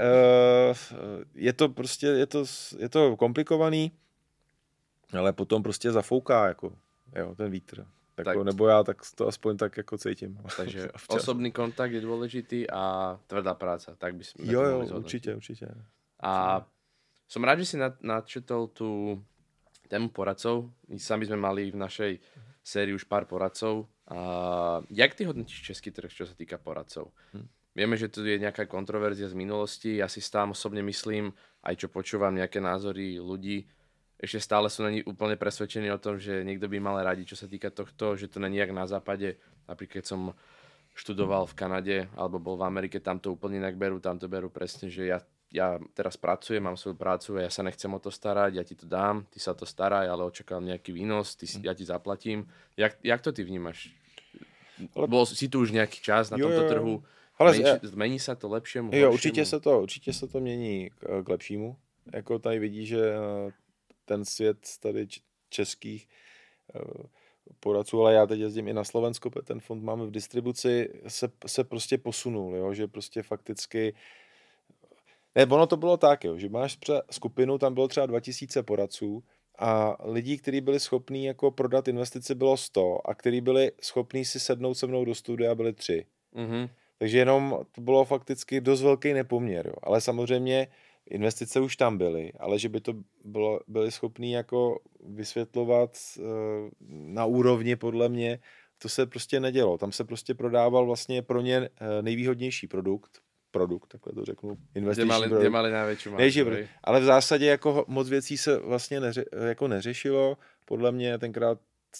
je to prostě, je to komplikovaný, ale potom prostě zafouká, jako, jo, ten vítr. Tak, nebo já tak to aspoň tak jako cítím. Takže osobný kontakt je důležitý a tvrdá práca, tak by sme to mohli zhodnotiť. Určite. A som rád, že si načetol tú tému poradcov. My sami sme mali v našej sérii už pár poradcov. A jak ty hodnotíš český trh, čo sa týka poradcov? Vieme, že tu je nejaká kontroverzia z minulosti. Ja si sám osobne myslím, aj čo počúvam nejaké názory ľudí, ešte stále sú není úplne presvedčení o tom, že niekto by mal radiť, čo sa týka tohto, že to není jak na západe. Napríklad som študoval v Kanade alebo bol v Amerike, tam to úplne inak berú, tam to berú presne, že ja teraz pracujem, mám svoju prácu a ja sa nechcem o to starať, ja ti to dám, ty sa to staraj, ale očakávam nejaký výnos, ja ti zaplatím. Jak to ty vnímaš? Si tu už nejaký čas na tomto trhu, zmení sa to lepšiemu? Jo, určitě se to mění k lepšímu. Jako tady vidí, že ten svět tady českých poradců, ale já teď jezdím i na Slovensko, ten fond máme v distribuci, se prostě posunul, jo, že prostě fakticky ono to bylo tak, jo, že máš skupinu, tam bylo třeba 2000 poradců a lidí, kteří byli schopní jako prodat investici, bylo 100 a kteří byli schopní si sednout se mnou do studia, byli 3. Mm-hmm. Takže jenom to bylo fakticky dost velký nepoměr, jo. Ale samozřejmě investice už tam byly, ale že by to byli schopní jako vysvětlovat na úrovni podle mě, to se prostě nedělo. Tam se prostě prodával vlastně pro ně nejvýhodnější produkt, takhle to řeknu, investiční produkt. Kde mali najväčšiu maržu. Ale v zásadě jako moc věcí se vlastně neřešilo. Podle mě tenkrát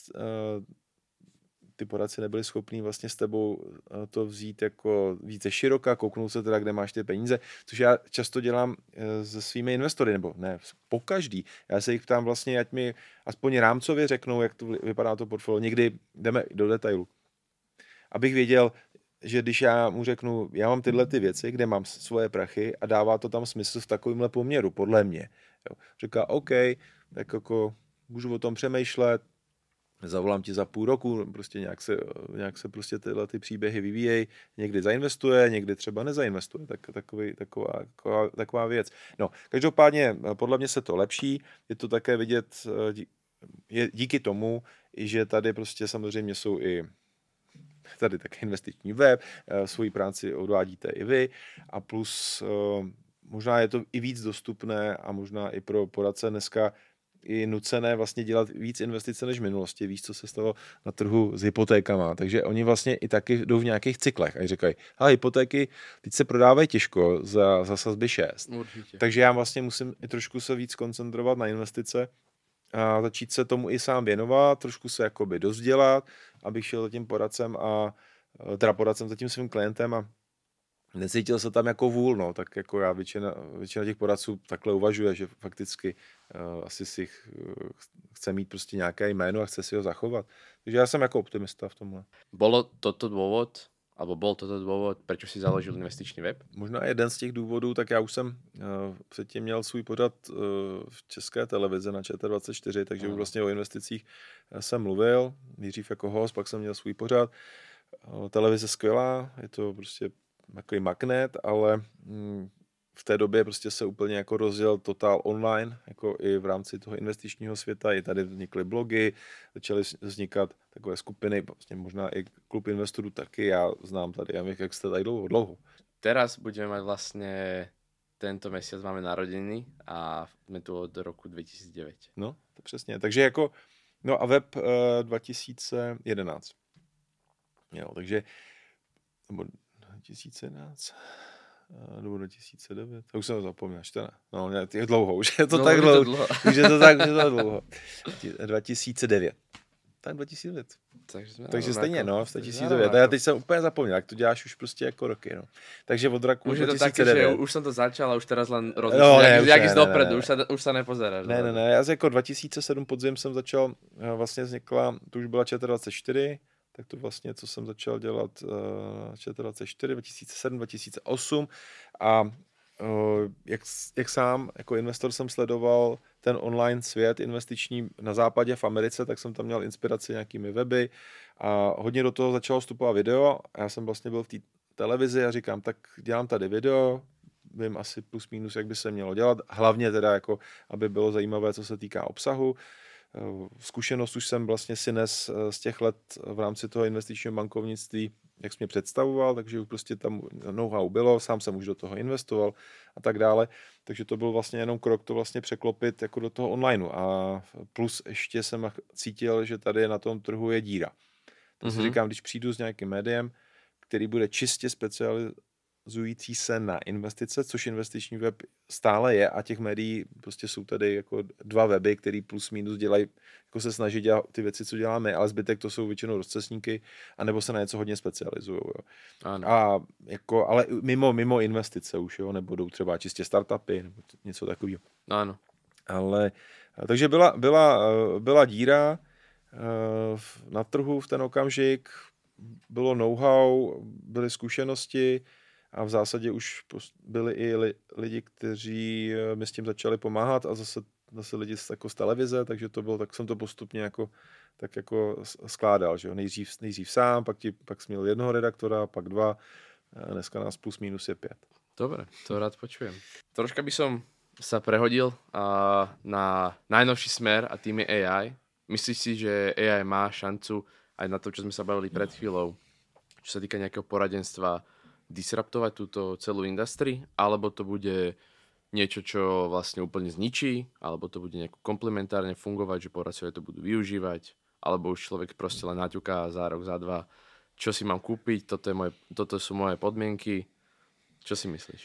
ty poradci nebyli schopní vlastně s tebou to vzít jako více široka, kouknout se teda, kde máš ty peníze, což já často dělám se svými investory, nebo ne, pokaždý. Já se jich ptám vlastně, ať mi aspoň rámcově řeknou, jak to vypadá to portfolio. Někdy jdeme do detailu. Abych věděl, že když já mu řeknu, já mám tyhle ty věci, kde mám svoje prachy a dává to tam smysl v takovémhle poměru, podle mě. Jo. Říká, OK, tak jako můžu o tom přemýšlet, zavolám ti za půl roku, prostě nějak se prostě tyhle ty příběhy vyvíjejí, někdy zainvestuje, někdy třeba nezainvestuje, taková věc. No, každopádně podle mě se to lepší, je to také vidět díky tomu, že tady prostě samozřejmě jsou i tady také investiční web, svoji práci odvádíte i vy a plus možná je to i víc dostupné a možná i pro poradce dneska i nucené vlastně dělat víc investice než v minulosti. Víš, co se stalo na trhu s hypotékama. Takže oni vlastně i taky jdou v nějakých cyklech a říkají, hypotéky teď se prodávají těžko za sazby 6. Určitě. Takže já vlastně musím i trošku se víc koncentrovat na investice a začít se tomu i sám věnovat, trošku se jakoby dozdělat, abych šel za tím poradcem teda poradcem za tím svým klientem a necítil se tam jako vůl, no, tak jako já většina těch poradců takhle uvažuje, že fakticky asi si chce mít prostě nějaké jméno a chce si ho zachovat. Takže já jsem jako optimista v tomhle. Bol toto dôvod, prečo si založil investičný web? Možná jeden z těch důvodů, tak já už jsem předtím měl svůj pořad v České televizi na ČT24, takže už vlastně o investicích jsem mluvil, nejdřív jako host, pak jsem měl svůj pořad. Televize skvělá, je to prostě takový magnet, ale v té době prostě se úplně jako rozjel totál online, jako i v rámci toho investičního světa, i tady vznikly blogy, začaly vznikat takové skupiny, vlastně možná i klub investorů taky, já znám tady, já vím, jak jste tady dlouho. Teraz budeme mať vlastne, tento mesiac máme narodeniny a sme tu od roku 2009. No, to přesně, takže jako, no a web 2011. Jo, takže 2011 nebo 2009, to už jsem to zapomněl, 14. No, je dlouho, už je to tak dlouho. Už je to tak dlouho. 2009. Tak 2009. Takže stejně, no, v 2009. Já teď jsem úplně zapomněl, jak to děláš už prostě jako roky, no. Takže od roku už 2009. Je to také, že už jsem to začal a už teraz len rozmýšľam, jak ísť dopredu, už sa nepozeráš. Ne, já jako 2007 podzim jsem začal, vlastně vznikla, to už byla ČT24, tak to vlastně, co jsem začal dělat ČT24, 2007, 2008 a jak sám jako investor jsem sledoval ten online svět investiční na západě v Americe, tak jsem tam měl inspiraci nějakými weby a hodně do toho začalo vstupovat video a já jsem vlastně byl v té televizi a říkám, tak dělám tady video, vím asi plus minus, jak by se mělo dělat, hlavně teda jako, aby bylo zajímavé, co se týká obsahu. Zkušenost už jsem vlastně si nes z těch let v rámci toho investičního bankovnictví, jak jsi mě představoval, takže už prostě tam know-how bylo, sám jsem už do toho investoval a tak dále, takže to byl vlastně jenom krok to vlastně překlopit jako do toho onlineu a plus ještě jsem cítil, že tady na tom trhu je díra. Tak si říkám, když přijdu s nějakým médiem, který bude čistě specializující se na investice, což investiční web stále je a těch médií prostě jsou tady jako 2 weby, který plus minus dělají, jako se snaží dělat ty věci, co děláme, ale zbytek to jsou většinou rozcestníky, anebo se na něco hodně specializují. A jako, ale mimo investice už, jo, nebo jdou třeba čistě startupy, nebo něco takového. Ano. Ale, takže byla díra na trhu v ten okamžik, bylo know-how, byly zkušenosti a v zásadě už byli i lidi, kteří mi s tím začali pomáhat a zase lidi jako z televize, takže to bylo, tak jsem to postupně jako skládal, že jo, nejdřív sám, pak jsem měl jednoho redaktora, pak 2, dneska nás plus minus je 5. Dobre, to rád počujem. Troška by som sa prehodil na najnovší smer a tým je AI. Myslíš si, že AI má šancu aj na to, čo sme sa bavili pred chvíľou, čo sa týka nejakého poradenstva, disruptovať túto celú industrii, alebo to bude niečo, čo vlastne úplne zničí, alebo to bude nejako komplementárne fungovať, že poradcovia to budú využívať, alebo už človek proste len naťuká za rok, za 2, čo si mám kúpiť, toto sú moje podmienky. Čo si myslíš?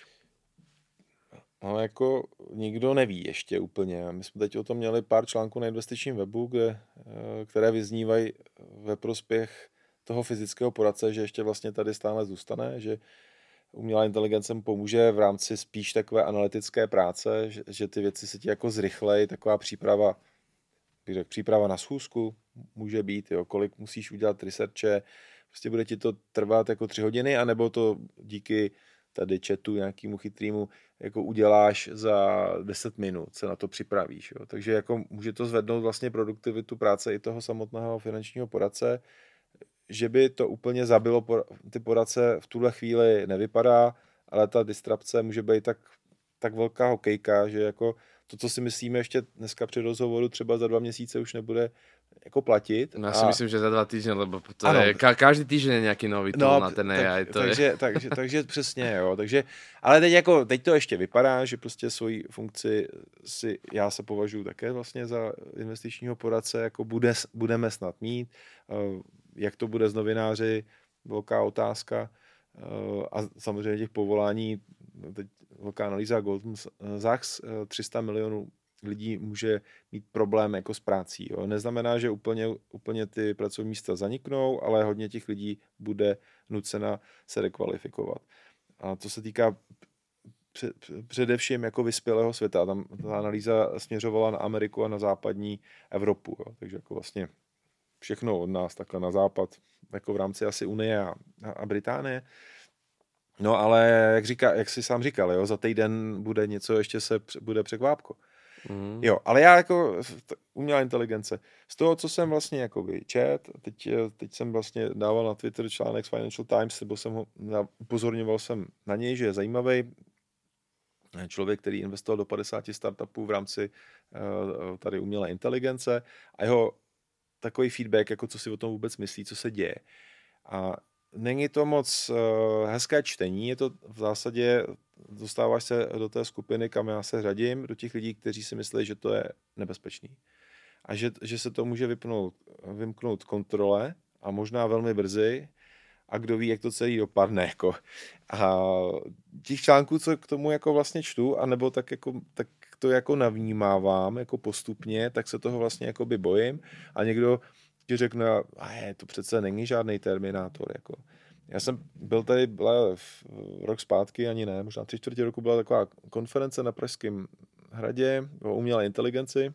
No jako nikdo neví ještě úplně. My jsme teď o tom měli pár článků na investičním webu, které vyznívají ve prospěch toho fyzického poradce, že ještě vlastně tady stále zůstane, že umělá inteligence mu pomůže v rámci spíš takové analytické práce, že ty věci se ti jako zrychlejí, taková příprava na schůzku může být, jo, kolik musíš udělat researche, prostě bude ti to trvat jako 3 hodiny, anebo to díky tady chatu nějakému chytrýmu jako uděláš za 10 minut, se na to připravíš. Jo. Takže jako může to zvednout vlastně produktivitu práce i toho samotného finančního poradce, že by to úplně zabilo ty poradce v tuhle chvíli nevypadá, ale ta disrupce může být tak velká hokejka, že jako to, co si myslíme ještě dneska při rozhovoru, třeba za 2 měsíce už nebude jako platit. No, já si myslím, že za 2 týdny, lebo to ano, je, každý týden je nějaký nový tool na ten AI. Takže přesně, jo. Ale teď to ještě vypadá, že prostě svoji funkci já se považuji také vlastně za investičního poradce, jako budeme snad mít. Jak to bude s novináři, velká otázka. A samozřejmě těch povolání, teď velká analýza Goldman Sachs, 300 milionů lidí může mít problém jako s prací. Jo. Neznamená, že úplně ty pracovní místa zaniknou, ale hodně těch lidí bude nucena se rekvalifikovat. A to se týká především jako vyspělého světa. Tam ta analýza směřovala na Ameriku a na západní Evropu. Jo. Takže jako vlastně všechno od nás takhle na západ, jako v rámci asi Unie a Británie. No ale jak jsi sám říkal, jo, za týden bude něco, ještě bude překvápko. Jo, ale já jako umělá inteligence. Z toho, co jsem vlastně jakoby čet, teď jsem vlastně dával na Twitter článek z Financial Times, nebo upozorňoval jsem na něj, že je zajímavý člověk, který investoval do 50 startupů v rámci tady umělé inteligence a jeho takový feedback, jako co si o tom vůbec myslí, co se děje. A není to moc hezké čtení, je to v zásadě, dostáváš se do té skupiny, kam já se řadím, do těch lidí, kteří si myslí, že to je nebezpečný. A že se to může vymknout kontrole a možná velmi brzy a kdo ví, jak to celý dopadne. Jako. A těch článků, co k tomu jako vlastně čtu, anebo tak to jako navnímávám jako postupně, tak se toho vlastně jako by bojím a někdo ti řekne, to přece není žádný Terminátor. Jako. Já jsem byla rok zpátky, ani ne, možná 3/4 roku byla taková konference na Pražském hradě o umělé inteligenci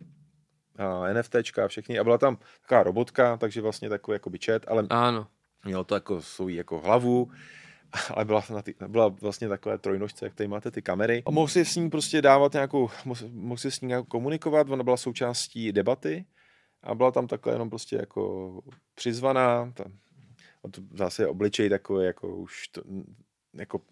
a NFTčka a všechny a byla tam taková robotka, takže vlastně takový jakoby chat, ale ano. Mělo to jako svou jako hlavu, ale byla vlastně takové trojnožce, jak tady máte ty kamery. A mohl si s ní prostě dávat mohl si s ní komunikovat, ona byla součástí debaty a byla tam takhle jenom prostě jako přizvaná, zase obličej takový jako už to, jako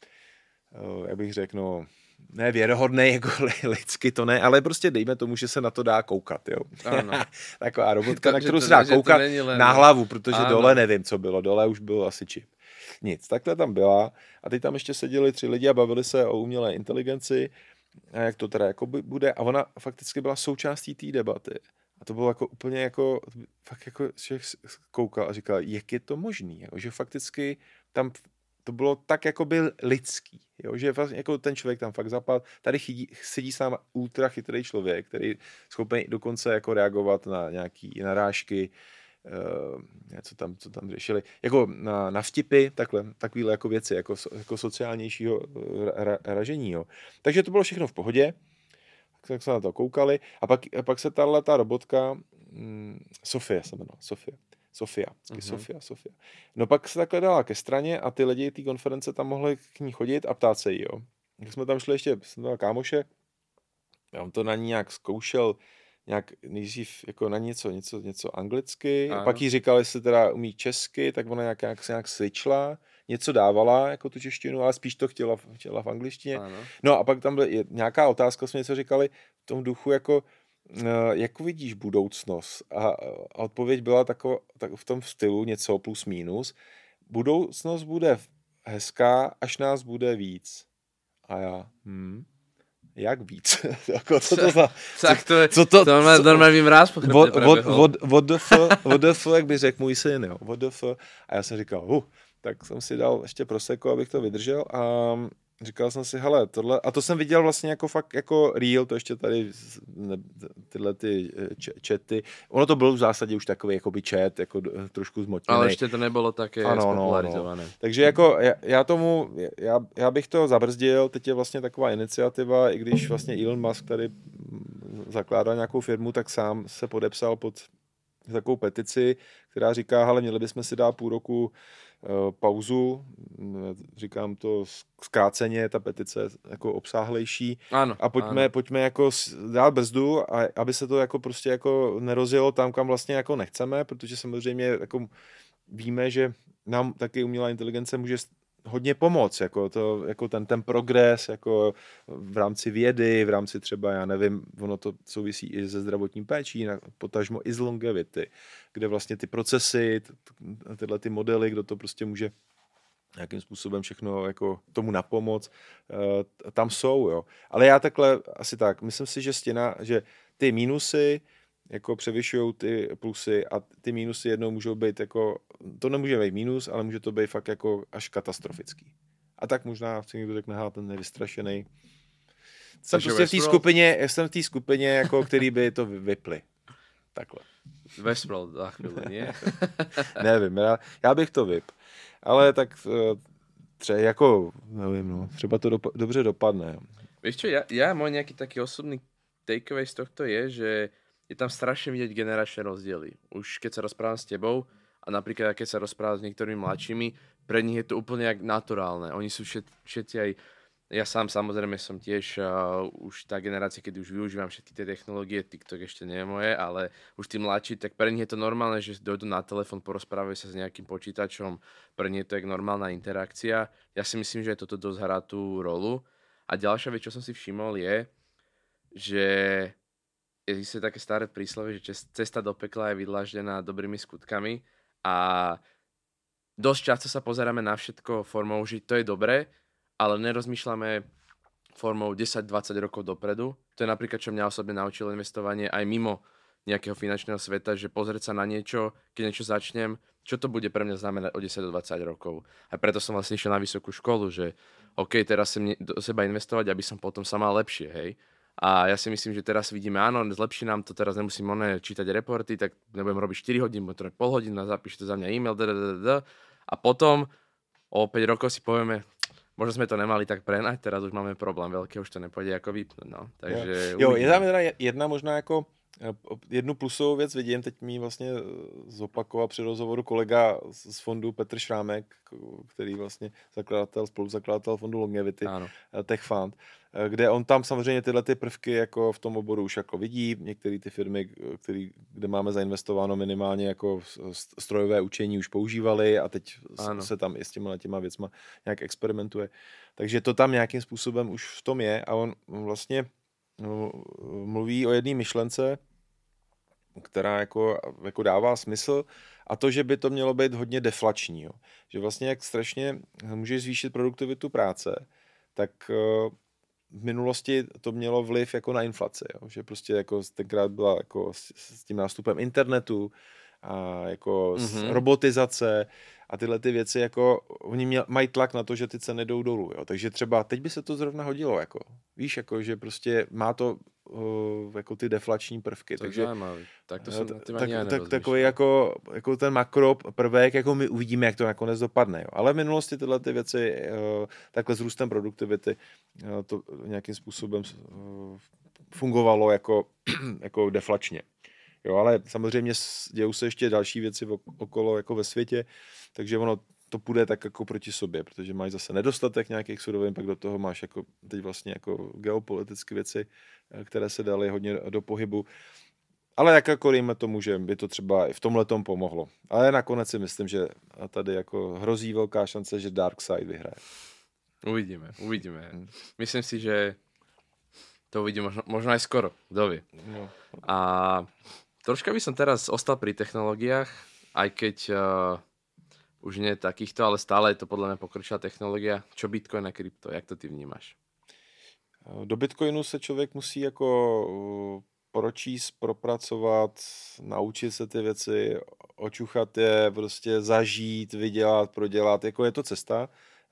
jak bych řekl, no ne věrohodnej, jako lidsky to ne, ale prostě dejme tomu, že se na to dá koukat, jo. Taková robotka, na kterou se dá koukat na hlavu, protože dole nevím, co bylo, dole už byl asi čip. Nic, takhle tam byla a teď tam ještě seděli 3 lidi a bavili se o umělé inteligenci a jak to teda jako bude a ona fakticky byla součástí té debaty. A to bylo jako úplně jako, fakt jako člověk koukal a říkal, jak je to možný, jo? Že fakticky tam to bylo tak jako byl lidský, jo? Že vlastně jako ten člověk tam fakt zapadl, tady sedí sám ultra chytrý člověk, který je schopný dokonce jako reagovat na nějaký narážky, co tam řešili, jako na vtipy, takovýhle jako věci, jako sociálnějšího ražení, jo. Takže to bylo všechno v pohodě, tak se na to koukali a pak se ta robotka Sofie se jmenovala, Sofia. No pak se takhle dala ke straně a ty lidi té konference tam mohli k ní chodit a ptát se jí, jo. Jak jsme tam šli ještě, jsem tam kámoše, já on to na ní nějak zkoušel, nějak nejdřív jako na něco anglicky, a pak jí říkal, jestli teda umí česky, tak ona nějak switchla, něco dávala jako tu češtinu, ale spíš to chtěla v angličtině. Ano. No a pak tam byla nějaká otázka, jsme něco říkali v tom duchu, jako jak vidíš budoucnost? A odpověď byla tak v tom stylu něco plus minus. Budoucnost bude hezká, až nás bude víc. A já, jak víc? Jako, co to za... To normálně mráz what the fuck, jak by řekl můj syn, jo. What the fuck. A já jsem říkal, tak jsem si dal ještě prosecco, abych to vydržel a říkal jsem si, hele, tohle, a to jsem viděl vlastně jako fakt jako real, to ještě tady tyhle ty chaty, ono to bylo v zásadě už takový jakoby chat, jako trošku zmotněný. Ale ještě to nebylo také spopularizované. Takže jako já bych to zabrzdil, teď je vlastně taková iniciativa, i když vlastně Elon Musk tady zakládal nějakou firmu, tak sám se podepsal pod takovou petici, která říká, hele, měli bychom si dát půl roku pauzu, říkám to zkráceně, ta petice je jako obsáhlejší. Ano, a pojďme jako dát brzdu, a aby se to jako prostě jako nerozjelo tam, kam vlastně jako nechceme, protože samozřejmě jako víme, že nám taky umělá inteligence může hodně pomoc, jako ten progres, jako v rámci vědy, v rámci třeba, já nevím, ono to souvisí i se zdravotní péčí, potažmo i z longevity, kde vlastně ty procesy, tyhle ty modely, kdo to prostě může nějakým způsobem všechno jako tomu napomoc, tam jsou, jo. Ale já takhle, asi tak, myslím si, že ty mínusy jako převyšují ty plusy a ty mínusy jednou můžou být jako, to nemůže být mínus, ale může to být fakt jako až katastrofický. A tak možná si někdo řekne, ten nevystrašený. Jsem prostě v té skupině, jako, který by to vypli. Takhle. Westworld za chvíli, nie? Nevím, já bych to vyp. Ale tak třeba to dobře dopadne. Vieš čo, môj nejaký taký osobný takeaway z tohto je, že je tam strašne vidieť generačné rozdiely. Už keď sa rozprávam s tebou a napríklad keď sa rozprávam s niektorými mladšími, pre nich je to úplne jak naturálne. Oni sú všetci aj, ja sám samozrejme som tiež už tá generácia, kedy už využívam všetky tie technológie, TikTok ešte nie je moje, ale už tí mladší, tak pre nich je to normálne, že dojdú na telefón, porozprávajú sa s nejakým počítačom, pre nich je to jak normálna interakcia. Ja si myslím, že toto dosť hrá tú rolu. A ďalšia vec, čo som si všimol je, že je také staré príslovie, že cesta do pekla je vydláždená dobrými skutkami a dosť často sa pozeráme na všetko formou, že to je dobré, ale nerozmýšľame formou 10-20 rokov dopredu. To je napríklad, čo mňa osobne naučilo investovanie aj mimo nejakého finančného sveta, že pozrieť sa na niečo, keď niečo začnem, čo to bude pre mňa znamenať o 10-20 rokov. A preto som vlastne išiel na vysokú školu, že OK, teraz chcem do seba investovať, aby som potom sa mal lepšie, hej. A ja si myslím, že teraz vidíme, áno, zlepší nám to, teraz nemusím čítať reporty, tak nebudem robiť 4 hodín, budem pol hodín, zapíšte za mňa e-mail, a potom o 5 rokov si povieme, možno sme to nemali tak prenať, teraz už máme problém veľký, už to nepôjde ako vypnúť, no. Takže jo, je tam teda jedna možná jako jednu plusovou věc vidím, teď mi vlastně zopakoval při rozhovoru kolega z fondu Petr Šrámek, který vlastně spoluzakladatel fondu Longevity, Tech Fund, kde on tam samozřejmě tyhle ty prvky jako v tom oboru už jako vidí, některé ty firmy, kde máme zainvestováno minimálně jako strojové učení už používali a teď se tam i s těma věcma nějak experimentuje. Takže to tam nějakým způsobem už v tom je a on vlastně mluví o jedné myšlence, která jako dává smysl a to, že by to mělo být hodně deflační. Jo. Že vlastně jak strašně můžeš zvýšit produktivitu práce, tak v minulosti to mělo vliv jako na inflaci. Jo. Že prostě jako tenkrát byla jako s tím nástupem internetu a jako robotizace a tyhle ty věci, jako oni mají tlak na to, že ty ceny jdou dolů, jo. Takže třeba teď by se to zrovna hodilo, jako víš, jako že prostě má to jako ty deflační prvky. To takže tak to jsem takový jako ten makro prvek, jako my uvidíme, jak to nakonec dopadne, jo. Ale v minulosti tyhle ty věci takhle s růstem produktivity to nějakým způsobem fungovalo jako deflačně. Jo, ale samozřejmě dějou se ještě další věci okolo jako ve světě, takže ono to půjde tak jako proti sobě, protože máš zase nedostatek nějakých surovin, pak do toho máš jako teď vlastně jako geopolitické věci, které se daly hodně do pohybu. Ale jako dejme tomu, že by to třeba i v tomhletom pomohlo. Ale nakonec si myslím, že tady jako hrozí velká šance, že Dark Side vyhraje. Uvidíme. Myslím si, že to uvidíme možno aj skoro, kto vie. No. A troška by som teraz ostal pri technológiách, aj keď už nie takýchto, ale stále je to podľa mňa pokročilá technológia. Čo Bitcoin a krypto, jak to ty vnímaš? Do Bitcoinu se člověk musí jako pročíst, propracovat, naučit se ty věci, očuchat je, prostě zažít, vydělat, prodělat, jako je to cesta.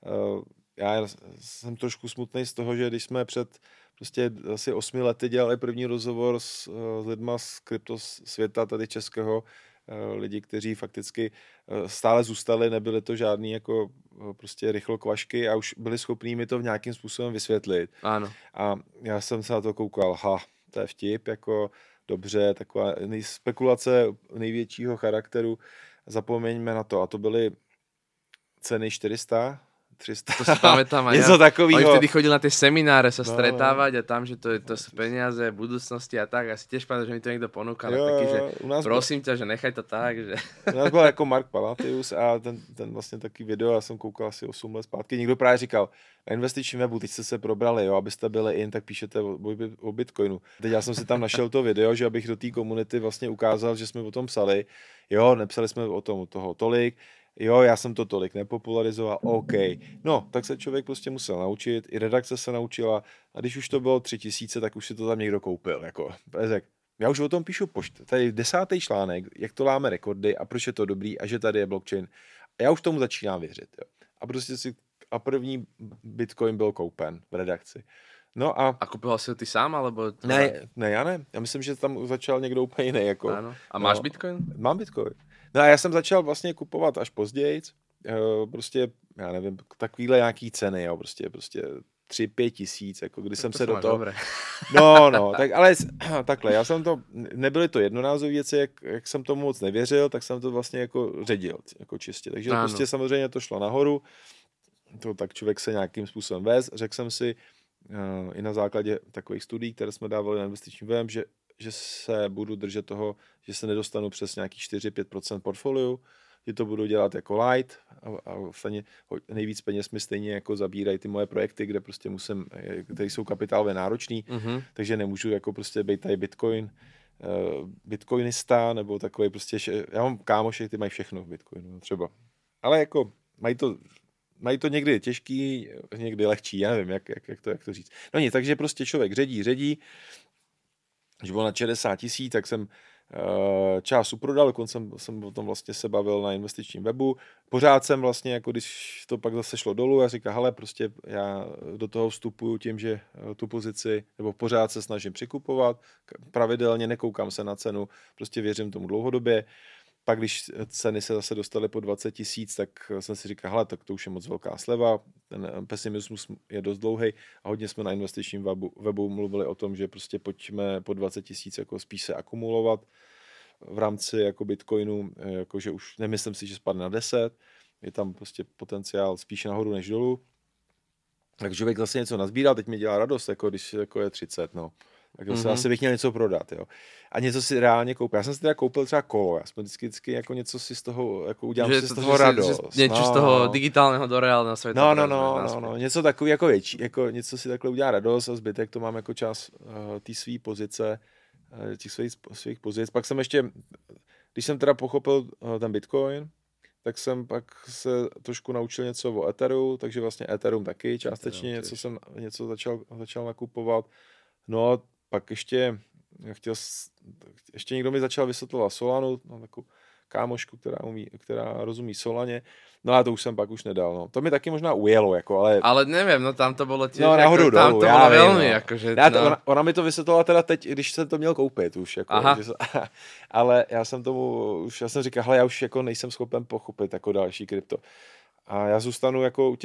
Já jsem trošku smutný z toho, že když jsme před prostě asi 8 lety dělali první rozhovor s lidma z kryptosvěta tady českého, lidi, kteří fakticky stále zůstali, nebyly to žádný jako prostě rychlokvašky a už byli schopní mi to v nějakým způsobem vysvětlit. Ano. A já jsem se na to koukal, to je vtip, jako dobře, taková spekulace největšího charakteru, zapomeňme na to. A to byly ceny 400 300. To si pamätám aj Něco takového. On vtedy chodil na tie semináre sa stretávať a tam, že to sú peniaze, budúcnosti a tak. Asi tiež pamätám, že mi to niekto ponúkal. Taký, že prosím ťa, že nechaj to tak. Že... U nás byl jako Mark Palatius a ten vlastně taky video, já jsem koukal asi 8 let zpátky. Někdo právě říkal, na investičním webu, teď jste se probrali, jo, abyste byli in, tak píšete o Bitcoinu. Teď já jsem si tam našel to video, že abych do té komunity vlastně ukázal, že jsme o tom psali. Jo, nepsali jsme o tom toho tolik. Jo, já jsem to tolik nepopularizoval, OK. No, tak se člověk prostě musel naučit, i redakce se naučila a když už to bylo 3000, tak už si to tam někdo koupil, jako. Já už o tom píšu tady 10. článek, jak to láme rekordy a proč je to dobrý a že tady je blockchain. A já už tomu začínám věřit, jo. A první Bitcoin byl koupen v redakci. No a kupoval si ho ty sám, alebo... Ne, já ne. Já myslím, že tam začal někdo úplně jiný, jako. Ano. A máš Bitcoin? Mám Bitcoin. No a já jsem začal vlastně kupovat až později, prostě, já nevím, takovýhle nějaký ceny, jo, prostě 3-5 tisíc, jako když jsem se do toho... Dobré. No, tak ale takhle, já jsem to, nebyly to jednorázové věci, jak jsem tomu moc nevěřil, tak jsem to vlastně jako ředil, jako čistě, takže prostě samozřejmě to šlo nahoru, to tak člověk se nějakým způsobem vez, řekl jsem si i na základě takových studií, které jsme dávali na investiční web, že se budu držet toho, že se nedostanu přes nějaký 4-5% portfoliu, že to budu dělat jako light a vlastně nejvíc peněz mi stejně jako zabírají ty moje projekty, kde prostě musím, které jsou kapitálově náročný, takže nemůžu jako prostě být tady bitcoinista nebo takový prostě, já mám kámoše, ty mají všechno v Bitcoinu třeba, ale jako mají to někdy těžký, někdy lehčí, já nevím, jak to říct. No nic, takže prostě člověk ředí, když bylo na 60 000, tak jsem část uprodal, dokonce jsem o tom vlastně se bavil na investičním webu. Pořád jsem vlastně, jako když to pak zase šlo dolů, a říkám, hele, prostě já do toho vstupuju tím, že tu pozici, nebo pořád se snažím přikupovat, pravidelně nekoukám se na cenu, prostě věřím tomu dlouhodobě. Pak když ceny se zase dostaly po 20 000, tak jsem si říkal, hele, tak to už je moc velká sleva, ten pesimismus je dost dlouhý a hodně jsme na investičním webu mluvili o tom, že prostě pojďme po 20 000 jako spíš se akumulovat v rámci jako Bitcoinu, jakože už nemyslím si, že spadne na 10, je tam prostě potenciál spíš nahoru než dolů. Takže člověk zase něco nazbíral, teď mi dělá radost, jako když jako je 30, no. Tak zase asi bych měl něco prodat, jo. A něco si reálně koupil. Já jsem si teda koupil třeba kolo. Já jsem vždycky jako něco si z toho, jako udělám si z toho radost. Něco z toho digitálního do reálného světa. No, něco takový jako větší, jako něco si takhle udělá radost a zbytek to mám jako část té své pozice, těch svých pozic. Pak jsem ještě, když jsem teda pochopil ten Bitcoin, tak jsem pak se trošku naučil něco o Etheru, takže vlastně Ethereum taky částečně něco začal nakupovat. No a pak ještě někdo mi začal vysvětlovat Solanu, no, takovou kámošku, která rozumí Solaně, no a to už jsem pak už nedal, no. To mi taky možná ujelo, jako, ale... Ale nevím, no tam to bylo tiež, no, nahoru, jako, tam to bylo velmi, no. Jakože... No. Ona mi to vysvětlila teda teď, když jsem to měl koupit už, jako, ale já jsem říkal, hele, já už jako nejsem schopen pochopit jako další krypto. A já zůstanu jako u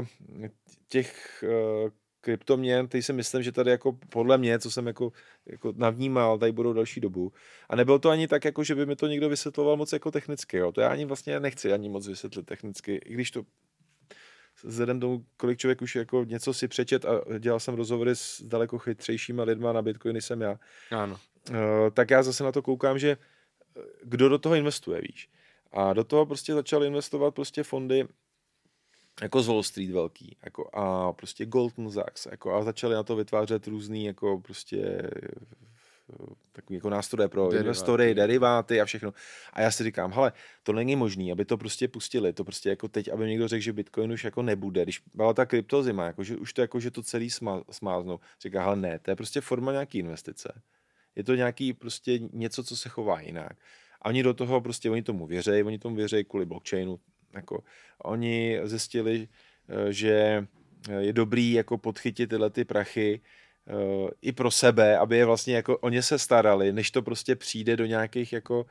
těch kryptoměn, teď si myslím, že tady jako podle mě, co jsem jako navnímal, tady budou další dobu. A nebylo to ani tak, jako že by mi to někdo vysvětloval moc jako technicky, jo. To já ani vlastně nechci ani moc vysvětlit technicky, i když to vzhledem tomu, kolik člověk už jako něco si přečet a dělal jsem rozhovory s daleko chytřejšíma lidma na Bitcoin, než jsem já. Ano. Tak já zase na to koukám, že kdo do toho investuje, víš. A do toho prostě začal investovat prostě fondy jako z Wall Street velký, jako a prostě Goldman Sachs, jako a začali na to vytvářet různý jako prostě takový jako nástroje pro investory, deriváty a všechno. A já si říkám, hele, to není možný, aby to prostě pustili, to prostě jako teď, aby někdo řekl, že Bitcoin už jako nebude, když byla ta kryptozima, jako že už to jako, že to celý smáznou. Říká, hele, ne, to je prostě forma nějaký investice. Je to nějaký prostě něco, co se chová jinak. A oni do toho prostě, oni tomu věří kvůli blockchainu. Jako, oni zjistili, že je dobrý jako podchytit tyhle ty prachy i pro sebe, aby je vlastně jako oni se starali, než to prostě přijde do nějakých jako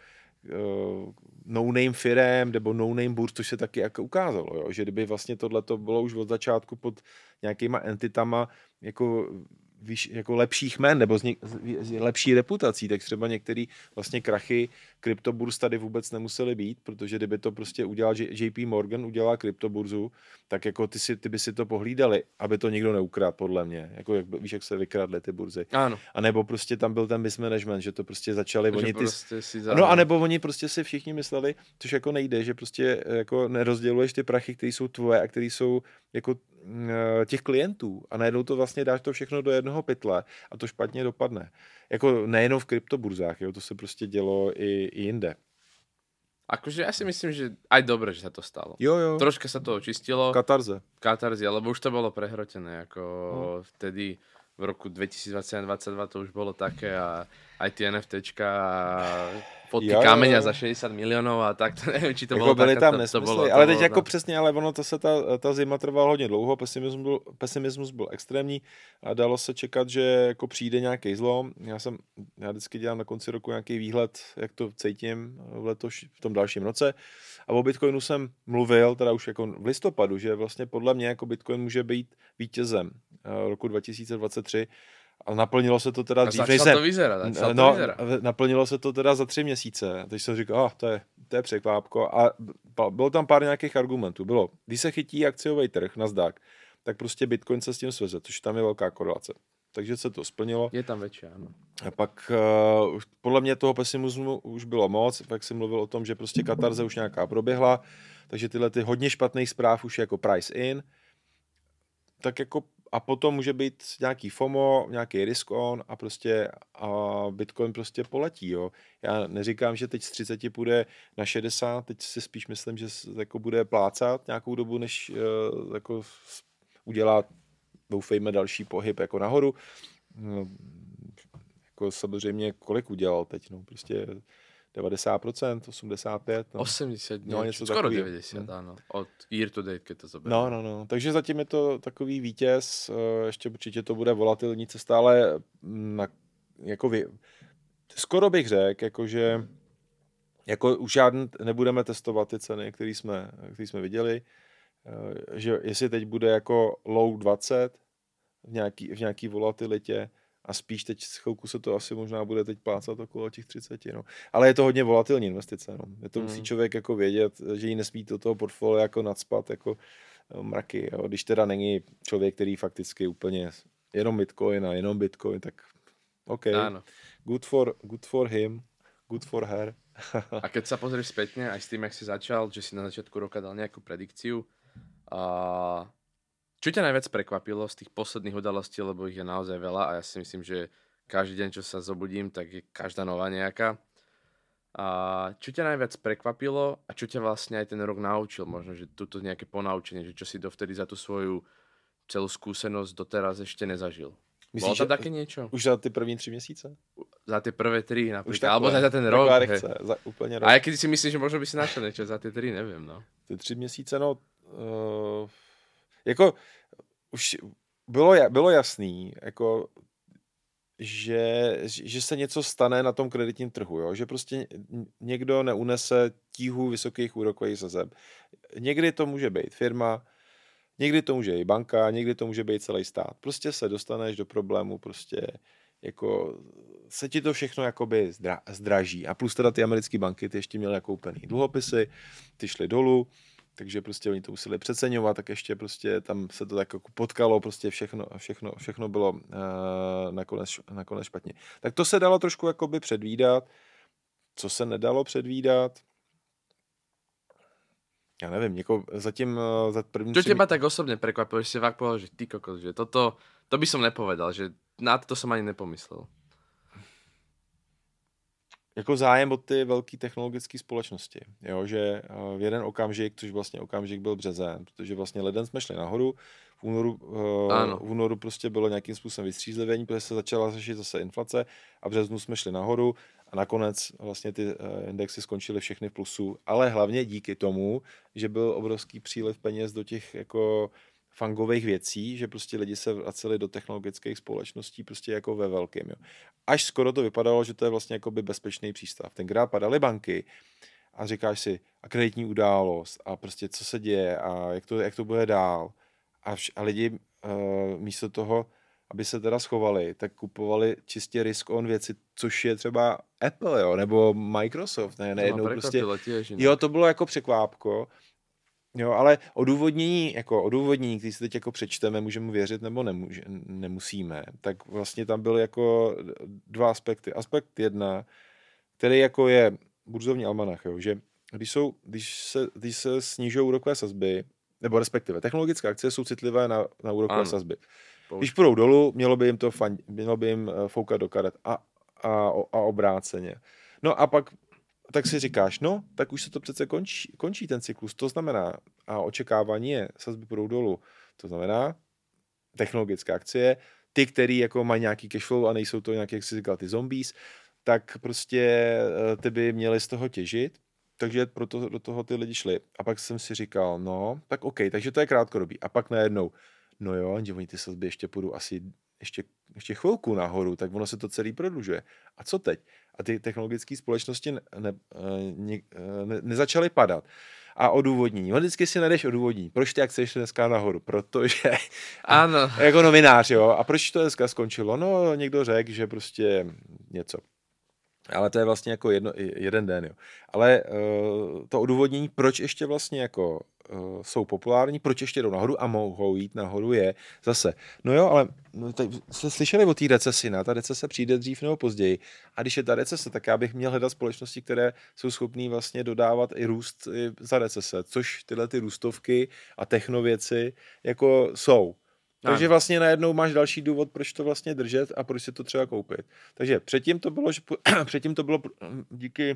no-name firem nebo no-name burz, což se taky jako ukázalo, jo? Že kdyby vlastně tohleto bylo už od začátku pod nějakýma entitama jako jako lepších jmen nebo z lepší reputací, tak třeba některé vlastně krachy kryptoburz tady vůbec nemusely být, protože kdyby to prostě udělal JP Morgan, udělá kryptoburzu, tak jako ty by si to pohlídali, aby to nikdo neukradl, podle mě. Jako víš, jak se vykradly ty burzy. Áno. A nebo prostě tam byl ten mismanagement, že to prostě začali že oni prostě no a nebo oni prostě si všichni mysleli, což jako nejde, že prostě jako nerozděluješ ty prachy, které jsou tvoje a které jsou jako těch klientů a najednou to vlastně dáš to všechno do jednoho pytle a to špatně dopadne. Jako nejenom v kryptoburzách, jo, to se prostě dělo i jinde. Akože ja si myslím, že aj dobre, že sa to stalo. Jo. Troška sa to očistilo. Katarze, lebo už to bolo prehrotené, ako vtedy v roku 2021-2022 to už bolo také a aj tie NFTčka a fotky kameňa za 60 miliónov a tak, to neviem, či to jako bolo byly taká, tam nesmysly, ale teď jako přesně, ale ono to se ta zima trvala hodně dlouho, pesimismus byl extrémní a dalo se čekat, že jako přijde nějaký zlom. Já vždycky dělám na konci roku nějaký výhled, jak to cítím v tom dalším roce. A o Bitcoinu jsem mluvil, teda už jako v listopadu, že vlastně podle mě jako Bitcoin může být vítězem roku 2023. A naplnilo se to teda dřív, než to vyzerá. Naplnilo se to teda za 3 měsíce. Teď jsem říkal, to je překvápko. A bylo tam pár nějakých argumentů. Když se chytí akciový trh, Nasdaq, tak prostě Bitcoin se s tím sveze, což tam je velká korelace. Takže se to splnilo. Je tam větší, ano. A pak podle mě toho pesimismu už bylo moc. Pak jsem mluvil o tom, že prostě katarze už nějaká proběhla, takže tyhle ty hodně špatných zpráv už je jako price in. Tak jako a potom může být nějaký FOMO, nějaký risk on a prostě Bitcoin prostě poletí, jo. Já neříkám, že teď z 30 půjde na 60, teď si spíš myslím, že jako bude plácat nějakou dobu, než jako udělá, doufejme, další pohyb jako nahoru. No, jako samozřejmě kolik udělal teď, no, prostě 90%, 85%. No. 80, no, něco skoro takový. 90, ano. Od year to date, keď to zoberiem. No. Takže zatím je to takový vítěz, ještě určitě to bude volatilní cesta, ale skoro bych řekl, jakože jako už žádný nebudeme testovat ty ceny, které jsme viděli, že jestli teď bude jako low 20 v nějaký volatilitě, a spíš teď chvilku se to asi možná bude teď plácat okolo těch 30, no. Ale je to hodně volatilní investice, no. Je to musí člověk jako vědět, že ji nesmí do toho portfolia jako nadspat jako mraky, jo. Když teda není člověk, který fakticky úplně jenom Bitcoin, tak OK. Áno. Good for him, good for her. A keď sa pozrieš spätne, aj s tým, jak si začal, že si na začiatku roka dal nejakú predikciu, čo ťa najviac prekvapilo z tých posledných udalostí, lebo ich je naozaj veľa a ja si myslím, že každý deň, čo sa zobudím, tak je každá nová nejaká. A čo ťa najviac prekvapilo a čo ťa vlastne aj ten rok naučil? Možno, že tuto nejaké ponaučenie, že čo si dovtedy za tú svoju celú skúsenosť doteraz ešte nezažil. Bolo tam také niečo? Už za ty první 3 měsíce? Za tie prvé 3 napríklad, alebo za ten rok. Úplne rok. A aj keď si myslíš, že možno by si našiel niečo za tie 3, neviem, no. Ty 3 měsíce, no... Jako už bylo jasný, jako, že se něco stane na tom kreditním trhu, jo? Že prostě někdo neunese tíhu vysokých úrokových sazeb. Někdy to může být firma, někdy to může být banka, někdy to může být celý stát. Prostě se dostaneš do problému, prostě jako se ti to všechno jakoby zdraží. A plus teda ty americké banky, ty ještě měly nakoupený dluhopisy, ty šly dolů, takže prostě oni to museli přeceňovat, tak ještě prostě tam se to tak jako potkalo, prostě všechno bylo nakonec špatně. Tak to se dalo trošku jakoby předvídat. Co se nedalo předvídat? Já nevím, jako zatím za první... Čo teba tak osobně prekvapilo, že si fakt povedal, že ty kokos, že to by som nepovedal, že na to som ani nepomyslel. Jako zájem od ty velké technologické společnosti, jo, že v jeden okamžik, což vlastně okamžik byl březen, protože vlastně leden jsme šli nahoru, v únoru prostě bylo nějakým způsobem vystřízlivění, protože se začala řešit zase inflace a v březnu jsme šli nahoru a nakonec vlastně ty indexy skončily všechny v plusu, ale hlavně díky tomu, že byl obrovský příliv peněz do těch jako fangových věcí, že prostě lidi se vraceli do technologických společností prostě jako ve velkém. Jo. Až skoro to vypadalo, že to je vlastně jakoby bezpečný přístav. Tenkrát padaly banky a říkáš si, a kreditní událost a prostě co se děje a jak to bude dál. A lidi místo toho aby se teda schovali, tak kupovali čistě risk on věci, což je třeba Apple, jo, nebo Microsoft, ne, nejednou prostě. Jo, to bylo jako překvápko. Jo, ale odůvodnění, když si teď jako přečteme, můžeme věřit nebo nemusíme, tak vlastně tam byly jako dva aspekty. Aspekt jedna, který jako je burzovní almanach, jo, že když se snižují úrokové sazby, nebo respektive technologické akcie jsou citlivé na úrokové sazby. Když půjdou dolů, mělo by jim foukat do karet a obráceně. No a pak tak si říkáš, no, tak už se to přece končí ten cyklus. To znamená, a očekávání je, sazby půjdou dolů. To znamená, technologické akcie, ty, který jako mají nějaký cashflow a nejsou to nějaké, jak jsi říkal, ty zombies, tak prostě ty by měli z toho těžit, takže proto do toho ty lidi šli. A pak jsem si říkal, no, tak OK, takže to je krátkodobý. A pak najednou, no jo, oni ty sazby ještě půjdou asi ještě chvilku nahoru, tak ono se to celý prodlužuje. A co teď? A ty technologické společnosti nezačaly padat. A odůvodnění. Vždycky si najdeš odůvodnění. Proč ty akce ještě dneska nahoru? Protože ano. Jako novinář, jo. A proč to dneska skončilo? No, někdo řekl, že prostě něco. Ale to je vlastně jako jeden den, jo. Ale to odůvodnění, proč ještě vlastně jako jsou populární, proč ještě jdou nahoru a mohou jít nahoru je zase. No jo, ale teď jste slyšeli o té recesi, ta recese přijde dřív nebo později. A když je ta recese, tak já bych měl hledat společnosti, které jsou schopné vlastně dodávat i růst i za recese, což tyhle ty růstovky a technověci jako jsou. Takže vlastně najednou máš další důvod, proč to vlastně držet a proč si to třeba koupit. Takže předtím to bylo díky,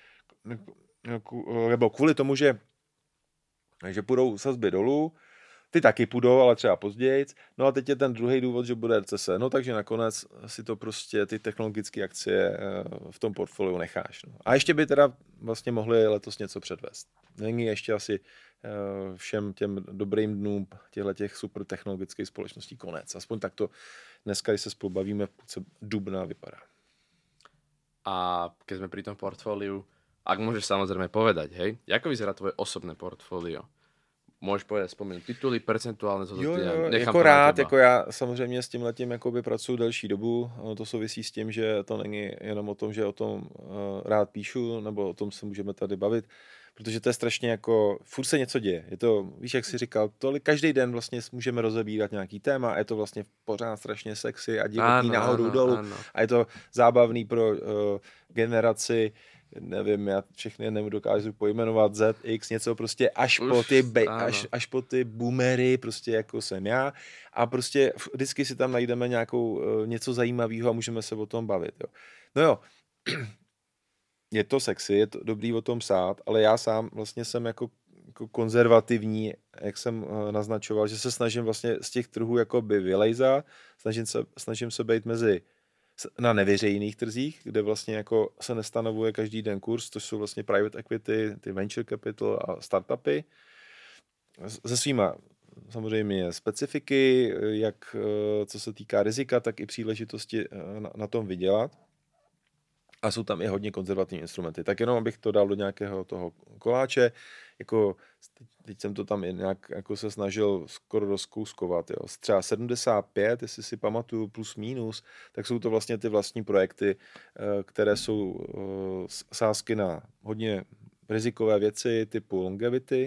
nebo kvůli tomu, že půjdou sazby dolů, ty taky půjdou, ale třeba později. No a teď je ten druhý důvod, že bude recese. No takže nakonec si to prostě ty technologické akcie v tom portfoliu necháš. No. A ještě by teda vlastně mohli letos něco předvést. Není ještě asi všem těm dobrým dnům těch super technologických společností konec. Aspoň tak to dneska, když se spolu bavíme, dubna vypadá. A keď sme pri tom portfóliu, ak môžeš samozrejme povedať, hej, ako vyzerá tvoje osobné portfólio? Můžeš povedat, vzpomenout tituly, percentuálně, co to jo, jako rád, jako já samozřejmě s tímhletím jakoby pracuji delší dobu, to souvisí s tím, že to není jenom o tom, že o tom rád píšu, nebo o tom se můžeme tady bavit, protože to je strašně jako, furt se něco děje, je to, víš, jak jsi říkal, každý den vlastně můžeme rozebírat nějaký téma, je to vlastně pořád strašně sexy a divoký nahoru dolů a je to zábavný pro generaci, nevím, já všechny nedokážu pojmenovat Z, X, něco prostě až po ty boomery, prostě jako jsem já a prostě vždycky si tam najdeme něco zajímavého a můžeme se o tom bavit, jo. No jo, je to sexy, je to dobrý o tom psát, ale já sám vlastně jsem jako konzervativní, jak jsem naznačoval, že se snažím vlastně z těch trhů jakoby vylejzat, snažím se být na neveřejných trzích, kde vlastně jako se nestanovuje každý den kurz, to jsou vlastně private equity, ty venture capital a startupy. Se svýma samozřejmě specifiky, jak co se týká rizika, tak i příležitosti na tom vydělat. A jsou tam i hodně konzervativní instrumenty. Tak jenom abych to dal do nějakého toho koláče, jako teď jsem to tam nějak jako se snažil skoro rozkouskovat, jo. Třeba 75, jestli si pamatuju, plus minus, tak jsou to vlastně ty vlastní projekty, které jsou sázky na hodně rizikové věci typu longevity,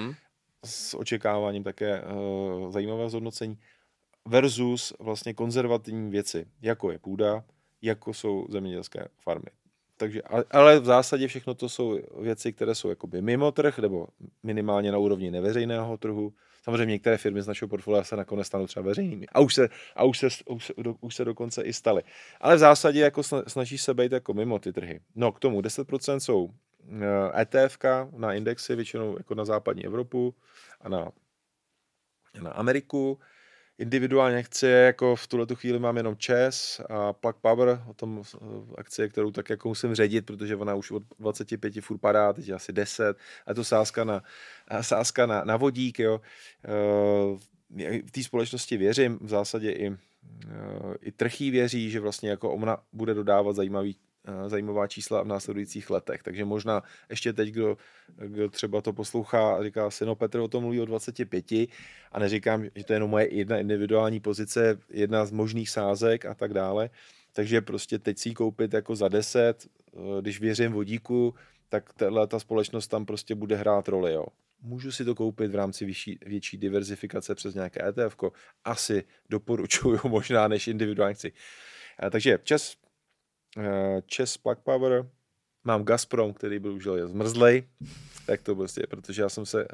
s očekáváním také zajímavého zhodnocení, versus vlastně konzervativní věci, jako je půda, jako jsou zemědělské farmy. Takže, ale v zásadě všechno to jsou věci, které jsou jakoby mimo trh, nebo minimálně na úrovni neveřejného trhu. Samozřejmě některé firmy z našeho portfolia se nakonec stanou třeba veřejnými. A už se dokonce i staly. Ale v zásadě jako snaží se být jako mimo ty trhy. No k tomu 10% jsou ETF-ka na indexy, většinou jako na západní Evropu a na Ameriku. Individuální akcie, jako v tuhletu chvíli mám jenom ČES a Plug Power, o tom akcie, kterou tak jako musím ředit, protože ona už od 25 furt padá, teď asi 10, a je to sázka na vodík, jo. V té společnosti věřím, v zásadě i trh jí věří, že vlastně jako ona bude dodávat zajímavý zajímavá čísla v následujících letech. Takže možná ještě teď, kdo třeba to poslouchá a říká si, no Petr o tom mluví o 25 a neříkám, že to je jenom moje jedna individuální pozice, jedna z možných sázek a tak dále. Takže prostě teď si ji koupit jako za 10, když věřím vodíku, tak ta společnost tam prostě bude hrát roli, jo. Můžu si to koupit v rámci větší diverzifikace přes nějaké ETF. Asi doporučuju možná než individuální akci. Takže ČEZ, Plug Power, mám Gazprom, který byl už zmrzlej, tak to prostě, protože já jsem se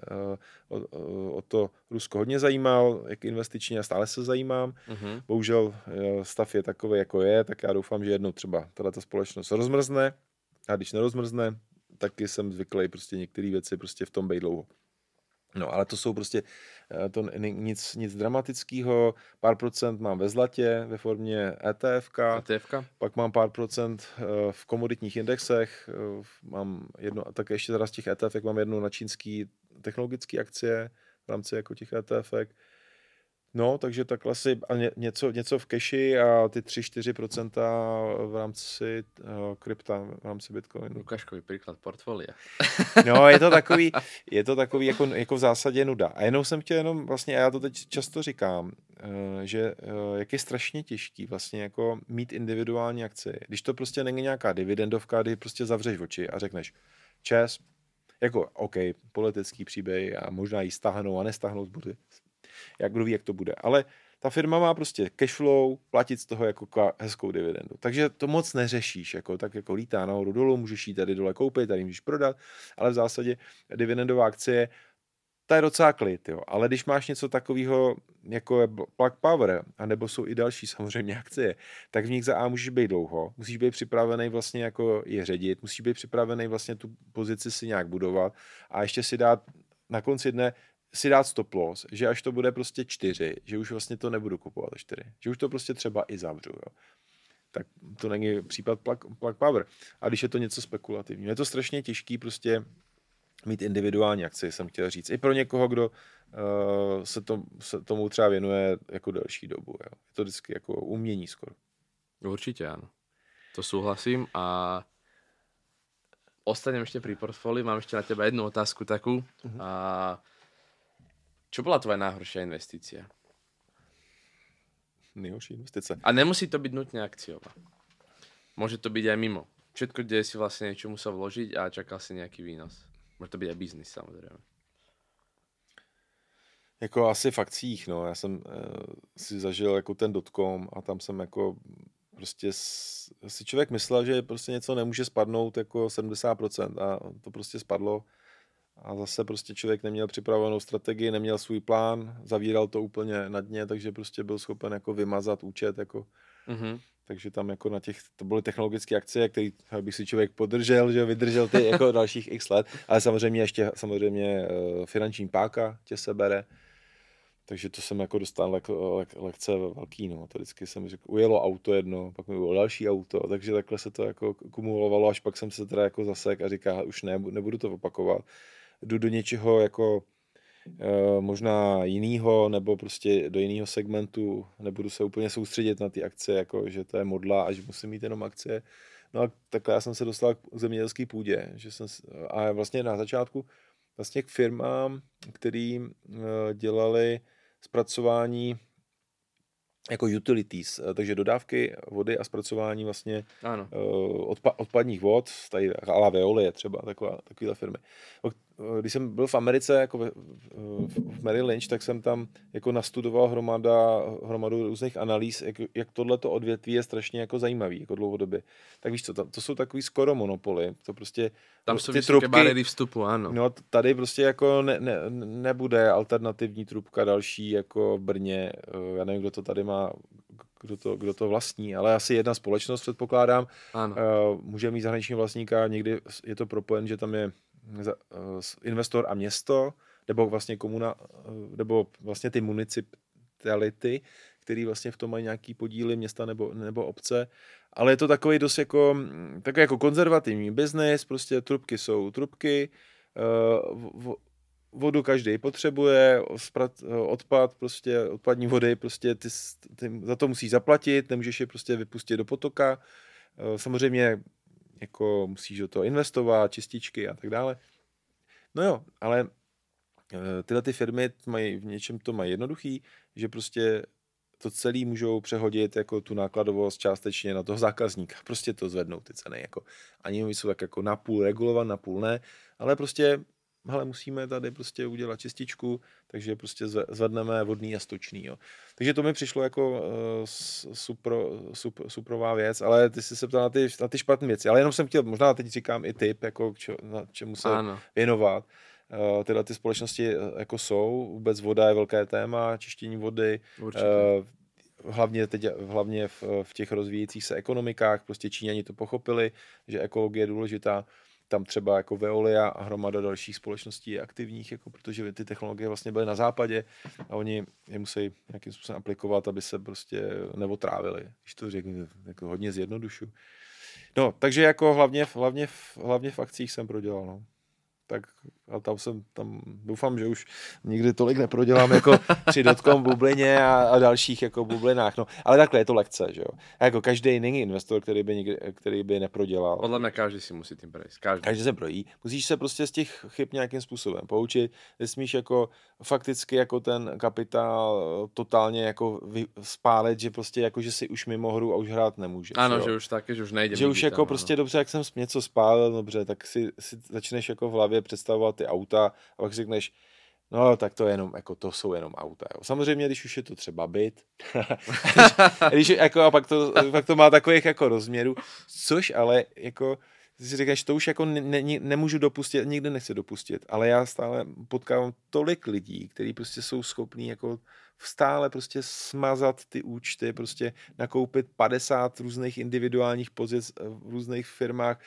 o to Rusko hodně zajímal, jak investičně a stále se zajímám. Bohužel stav je takový, jako je, tak já doufám, že jednou třeba tato společnost rozmrzne a když nerozmrzne, taky jsem zvyklý prostě některé věci prostě v tom bejt dlouho. No, ale to jsou prostě to nic dramatického. Pár procent mám ve zlatě ve formě ETFka. Pak mám pár procent v komoditních indexech. Mám jedno, také ještě z těch ETFek mám jednu na čínský technologické akcie v rámci jako těch ETFek. No, takže takhle si něco v cashi a ty 3-4% v rámci krypta, v rámci Bitcoinu. Lukáškový příklad portfolia. No, je to takový jako v zásadě nuda. A jenom jsem chtěl vlastně, a já to teď často říkám, že jak je strašně těžký vlastně jako mít individuální akci. Když to prostě není nějaká dividendovka, kdy prostě zavřeš oči a řekneš ČEZ, jako OK, politický příběh a možná jí stáhnou a nestáhnou z burzy. Jak kdo ví, jak to bude. Ale ta firma má prostě cash flow, platit z toho jako hezkou dividendu. Takže to moc neřešíš, jako, tak jako lítá nahoru dolů, můžeš jí tady dole koupit, tady můžeš prodat, ale v zásadě dividendová akcie, ta je docela klid, jo. Ale když máš něco takového, jako je Plug Power, anebo jsou i další samozřejmě akcie, tak v nich za A můžeš být dlouho, musíš být připravený vlastně jako je ředit, musíš být připravený vlastně tu pozici si nějak budovat a ještě si dát na konci dne si dát stop loss, že až to bude prostě 4, že už vlastně to nebudu kupovat 4, že už to prostě třeba i zavřu, jo. Tak to není případ Plug Power. A když je to něco spekulativního, je to strašně těžký prostě mít individuální akci, jsem chtěl říct. I pro někoho, kdo se tomu třeba věnuje jako delší dobu, jo. Je to vždycky jako umění skoro. Určitě ano. To souhlasím a ostanem ešte pri portfóliu, mám ešte na teba jednu otázku takú. A čo bola tvoja najhoršia investícia? Nejhorší investice. A nemusí to byť nutne akciová. Môže to byť aj mimo. Všetko, kde si vlastne niečo musel vložiť a čakal si nejaký výnos. Môže to byť aj biznis, samozrejme. Jako asi v akcích, no. Já jsem si zažil jako ten .com a tam jsem jako prostě si člověk myslel, že prostě něco nemůže spadnout jako 70% a to prostě spadlo. A zase prostě člověk neměl připravenou strategii, neměl svůj plán, zavíral to úplně na dně, takže prostě byl schopen jako vymazat účet, jako. Takže tam jako na těch, to byly technologické akcie, které bych si člověk podržel, že vydržel ty jako dalších x let, ale samozřejmě ještě finanční páka tě sebere, takže to jsem jako dostal lekce velký, no, to vždycky jsem řekl, ujelo auto jedno, pak mi ujelo další auto, takže takhle se to jako kumulovalo, až pak jsem se teda jako zasek a říká, už nebudu to opakovat. Jdu do něčeho jako možná jinýho, nebo prostě do jiného segmentu, nebudu se úplně soustředit na ty akcie, jako že to je modla a že musím mít jenom akcie. No a takhle já jsem se dostal k zemědělské půdě, a vlastně na začátku vlastně k firmám, který dělali zpracování jako utilities, takže dodávky vody a zpracování vlastně odpadních vod, tady ala Veolia třeba, takovéhle firmy. Když jsem byl v Americe jako v Merrill Lynch, tak jsem tam jako nastudoval hromadu různých analýz, jak tohleto odvětví je strašně jako zajímavý, jako dlouhodobě. Tak víš co, to jsou takový skoro monopoly, to prostě tam jsou vysoké bariéry vstupu, ano. No tady prostě jako nebude alternativní trubka další jako v Brně, já nevím, kdo to tady má, kdo to vlastní, ale asi jedna společnost předpokládám, může mít zahraniční vlastníka, někdy je to propojen, že tam je investor a město, nebo vlastně komuna, nebo vlastně ty municipality, který vlastně v tom mají nějaký podíly města nebo obce, ale je to takový dost jako konzervativní biznis, prostě trubky jsou trubky, vodu každý potřebuje, odpad, prostě odpadní vody, prostě ty za to musíš zaplatit, nemůžeš je prostě vypustit do potoka. Samozřejmě jako musíš do toho investovat, čističky a tak dále. No jo, ale tyhle ty firmy mají, v něčem to mají jednoduchý, že prostě to celý můžou přehodit jako tu nákladovost částečně na toho zákazníka. Prostě to zvednou ty ceny. Jako. Ani oni jsou tak jako napůl regulovat, napůl ne, ale prostě hele, musíme tady prostě udělat čističku, takže prostě zvedneme vodný a stočný. Jo. Takže to mi přišlo jako suprová věc, ale ty jsi se ptal na ty špatné věci. Ale jenom jsem chtěl, možná teď říkám i tip, jako na čemu se věnovat. Tyhle ty společnosti jako jsou, vůbec voda je velké téma, čištění vody, hlavně v těch rozvíjejících se ekonomikách, prostě Číňani to pochopili, že ekologie je důležitá, tam třeba jako Veolia a hromada dalších společností je aktivních, jako protože ty technologie vlastně byly na západě a oni je musí nějakým způsobem aplikovat, aby se prostě neotrávili, když to řeknu, jako hodně zjednodušu. No, takže jako hlavně v akcích jsem prodělal, no. Tak a tam doufám, že už nikdy tolik neprodělám jako při dotcom bublině a dalších jako bublinách. No, ale takhle je to lekce, že jo. A jako každý není investor, který by neprodělal. Podle mě každý si musí tím projít. Každý se projí. Musíš se prostě z těch chyb nějakým způsobem poučit. Nesmíš jako fakticky jako ten kapitál totálně jako spálit, že prostě jako, že si už mimo hru a už hrát nemůžeš. Ano, jo? že už taky, že už nejde. Že už jako prostě dobře, jak jsem něco spálil, dobře, tak si začneš jako v hlavě představovat ty auta a pak řekneš, no tak to je jenom, jako to jsou jenom auta. Jo. Samozřejmě, když už je to třeba byt, když jako, a pak to má takových jako rozměrů, což ale jako si říkáš, to už jako nemůžu dopustit, nikdy nechci dopustit, ale já stále potkávám tolik lidí, kteří prostě jsou schopní jako stále prostě smazat ty účty, prostě nakoupit 50 různých individuálních pozic v různých firmách,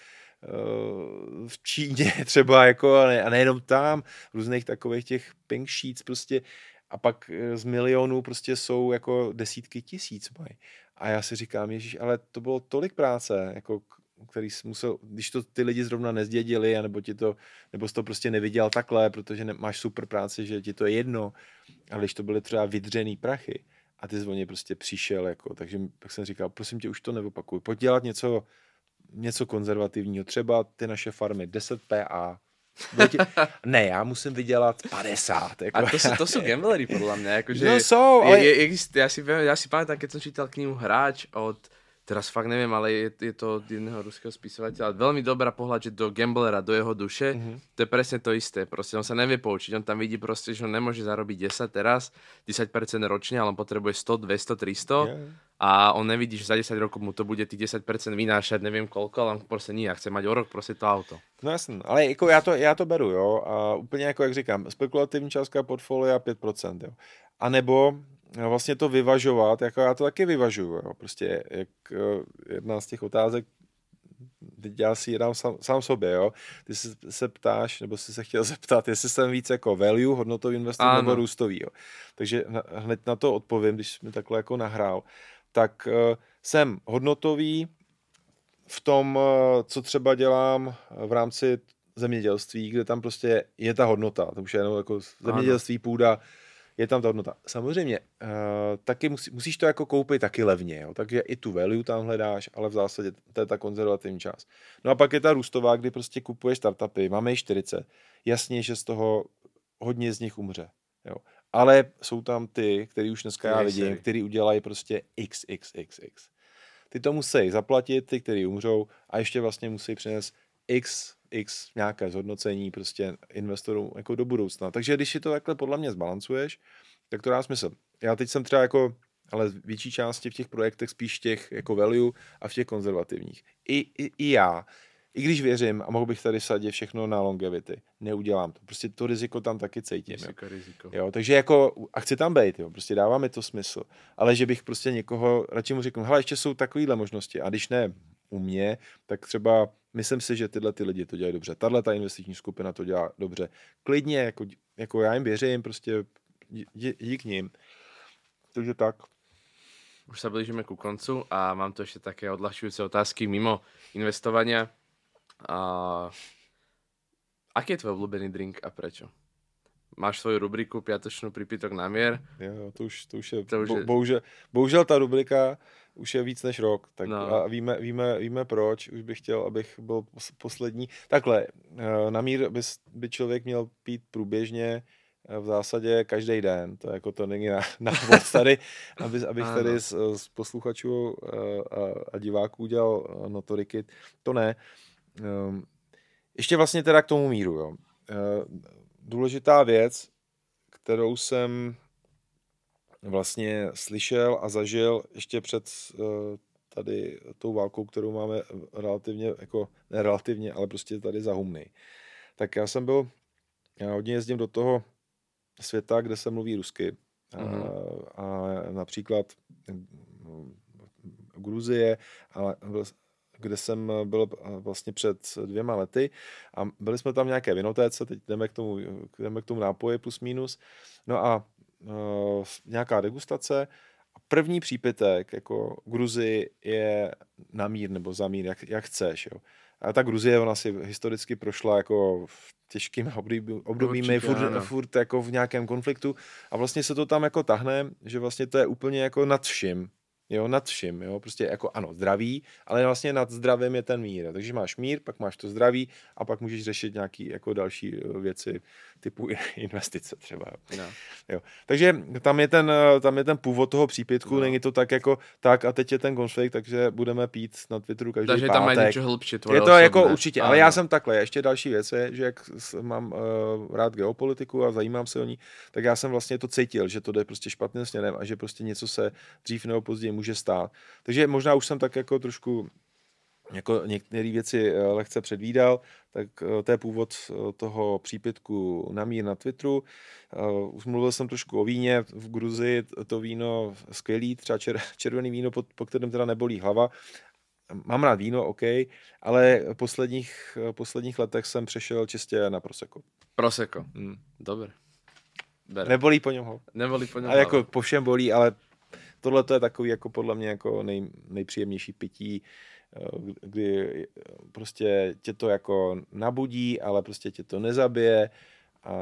v Číně třeba jako, a nejenom tam, v různých takových těch pink sheets prostě a pak z milionů prostě jsou jako desítky tisíc mají. A já si říkám, ježiš, ale to bylo tolik práce, jako který jsi musel, když to ty lidi zrovna nezdědili, nebo jsi to prostě neviděl takhle, protože máš super práci, že ti to je jedno, ale když to byly třeba vydřený prachy a ty zvoně prostě přišel, jako, takže tak jsem říkal, prosím tě, už to neopakuj, pojď dělat něco konzervativního, třeba ty naše farmy, 10 PA. Ne, já musím vydělat 50. Jako. A to jsou gamblery, podľa mňa. Akože no jsou, ale... Ja si pamätám, keď som čítal knihu Hráč od, teraz fakt neviem, ale je to od jedného ruského spisovateľa, veľmi dobrá pohľad, že do gamblera, do jeho duše, to je presne to isté. Proste on sa nevie poučiť, on tam vidí proste, že on nemôže zarobiť 10 teraz, 10% ročne, ale on potrebuje 100, 200, 300 a on nevidí, že za 10 rokov mu to bude tých 10% vynášať, neviem koľko, ale on proste nie, chce mať o rok proste to auto. No jasný, ale jako já to beru, jo, a úplně jako jak říkám, spekulativní částka portfolia 5%, jo. A nebo vlastně to vyvažovat, jako já to taky vyvažuju, jo, prostě jak jedna z těch otázek, teď já si ji dám sám sobě, jo, ty se ptáš, nebo jsi se chtěl zeptat, jestli jsem víc jako value, hodnotový investor, nebo růstový, jo. Takže hned na to odpovím, když mi takhle jako nahrál, tak jsem hodnotový v tom, co třeba dělám v rámci zemědělství, kde tam prostě je ta hodnota, to už je jenom jako zemědělství, půda, je tam ta hodnota. Samozřejmě, taky musíš to jako koupit taky levně, jo? Takže i tu value tam hledáš, ale v zásadě to je ta konzervativní část. No a pak je ta růstová, kdy prostě kupuješ startupy, máme jich 40, jasně, že z toho hodně z nich umře, jo. Ale jsou tam ty, který už dneska já vidím, který udělají prostě XXXX. Ty to musí zaplatit, ty, kteří umřou, a ještě vlastně musí přinést x nějaké zhodnocení prostě investorům jako do budoucna. Takže když si to takhle podle mě zbalancuješ, tak to dá smysl. Já teď jsem třeba jako, ale v větší části v těch projektech spíš těch jako value a v těch konzervativních. I já, i když věřím a mohl bych tady vsadit všechno na longevity, neudělám to. Prostě to riziko tam taky cítím. Jo, takže jako, a chci tam být, jo, prostě dává mi to smysl. Ale že bych prostě někoho, radši mu řeknu, hele, ještě jsou takovýhle možnosti, a když ne u mě, tak třeba myslím si, že tyhle ty lidi to dělají dobře. Tahle ta investiční skupina to dělá dobře. Klidně, jako já jim věřím, prostě dík nim. Takže tak. Už sa blížime ku koncu a mám tu ešte také odľahčujúce otázky mimo investovania. Aký je tvoj obľúbený drink a prečo? máš svoju rubriku Piatočnú prípitok na mier. Jo, to už je, bohužel ta rubrika už je víc než rok, tak a víme proč, už bych chtěl, abych byl poslední. Takhle, na mír by člověk měl pít průběžně v zásadě každý den, to jako to není návod tady, abych tady z posluchačů a diváků udělal notoriky, to ne. Ještě vlastně teda k tomu míru, jo. Důležitá věc, kterou jsem vlastně slyšel a zažil ještě před tady tou válkou, kterou máme relativně, jako ne relativně, ale prostě tady za humny. Tak já hodně jezdím do toho světa, kde se mluví rusky. A například Gruzie, kde jsem byl vlastně před 2 lety a byli jsme tam v nějaké vinotéce, teď jdeme k tomu nápoji plus minus, no a nějaká degustace a první přípitek jako Gruzii je na mír nebo za mír, jak chceš, jo. A ta Gruzie, ona si historicky prošla jako těžkými obdobími, furt jako v nějakém konfliktu a vlastně se to tam jako tahne, že vlastně to je úplně jako nad vším. Jo, nad vším, jo, prostě jako ano, zdraví, ale vlastně nad zdravím je ten mír. Takže máš mír, pak máš to zdraví a pak můžeš řešit nějaký jako další věci typu investice třeba. No. Jo. Takže tam je ten původ toho přípitku, není to tak jako tak a teď je ten konflikt, takže budeme pít na Twitteru každý pátek. Takže tam je něco hlubší tvoje je to osobné. Jako určitě, ale já jsem takhle. Ještě další věc je, že jak mám rád geopolitiku a zajímám se o ní, tak já jsem vlastně to cítil, že to jde prostě špatným směrem a že prostě něco se dřív nebo později může stát. Takže možná už jsem tak jako trošku jako některé věci lehce předvídal, tak to je původ toho přípitku na mír na Twitteru. Už mluvil jsem trošku o víně. V Gruzii to víno skvělý, třeba červený víno, po kterém teda nebolí hlava. Mám rád víno, OK, ale v posledních letech jsem přešel čistě na Prosecco. Prosecco, dobré. Nebolí po něm hlava. Nebolí po něm hlava. Jako po všem bolí, ale tohle to je takový jako podle mě jako nejpříjemnější pití, kdy prostě tě to jako nabudí, ale prostě tě to nezabije a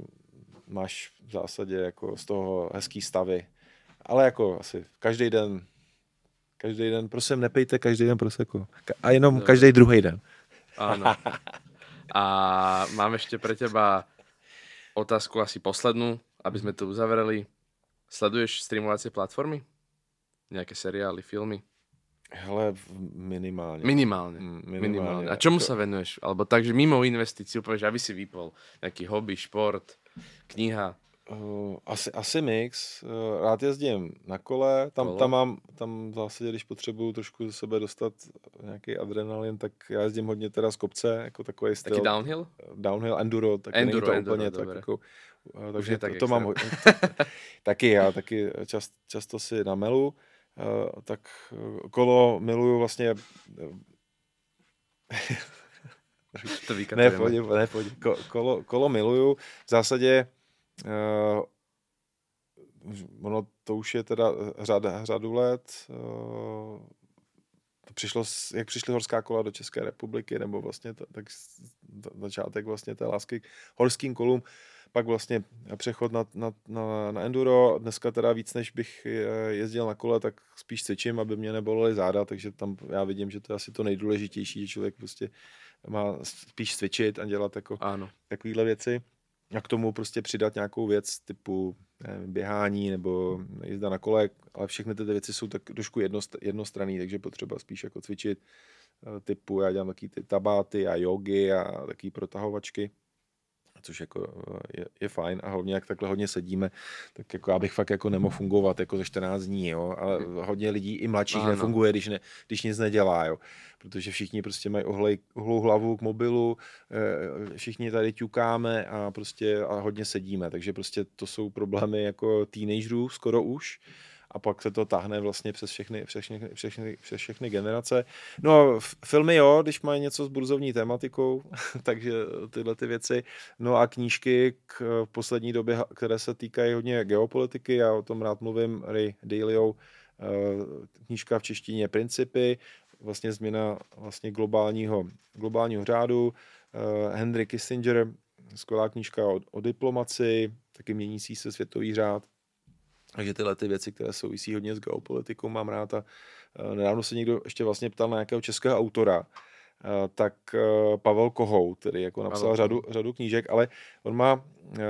máš v zásadě jako z toho hezký stavy. Ale jako asi každý den, prosím, nepejte každý den Prosecco. A jenom každý druhý den. Áno. A mám ešte pre teba otázku asi poslednú, aby sme to uzavreli. Sleduješ streamovacie platformy? Nejaké seriály, filmy? Hele, minimálne. Minimálne. A čomu sa venuješ? Alebo takže mimo investícií, povieš, aby si vypol nejaký hobby, šport, kniha? Asi mix. Rád jezdím na kole. Tam v zásadě, když potřebuju trošku ze sebe dostat nějaký adrenalin, tak já jezdím hodně teda z kopce, jako takový styl. Taky downhill? Downhill, enduro, tak není to úplně tak jako... Takže tak to mám taky já, taky často si namelu, tak kolo miluju vlastně... Nepojď. Kolo miluju. V zásadě ono to už je teda řadu let. Jak přišly horská kola do České republiky, nebo vlastně tak začátek vlastně té lásky k horským kolům, pak vlastně přechod na enduro. Dneska teda víc, než bych jezdil na kole, tak spíš cvičím, aby mě nebolely záda, takže tam já vidím, že to je asi to nejdůležitější, že člověk prostě má spíš cvičit a dělat jako takovýhle věci. A k tomu prostě přidat nějakou věc typu běhání nebo jízda na kole, ale všechny ty věci jsou tak trošku jednostranný, takže potřeba spíš jako cvičit typu, já dělám taky ty tabáty a jogy a taky protahovačky, což jako je fajn a hlavně jak takhle hodně sedíme, tak jako já bych fakt jako nemohl fungovat jako za 14 dní, jo, ale hodně lidí i mladších nefunguje, když nic nedělá, jo, protože všichni prostě mají ohlou hlavu k mobilu, všichni tady ťukáme a prostě a hodně sedíme, takže prostě to jsou problémy jako teenagerů skoro už. A pak se to táhne vlastně přes všechny generace. No filmy jo, když mají něco s burzovní tématikou, takže tyhle ty věci. No a knížky k poslední době, které se týkají hodně geopolitiky, já o tom rád mluvím, Ray Dalio, knížka v češtině Principy, vlastně změna vlastně globálního řádu, Henry Kissinger, skvělá knížka o diplomaci, taky měnící se světový řád. Takže tyhle ty věci, které souvisí hodně s geopolitikou, mám rád. A nedávno se někdo ještě vlastně ptal na nějakého českého autora, tak Pavel Kohout, který jako napsal řadu knížek, ale on má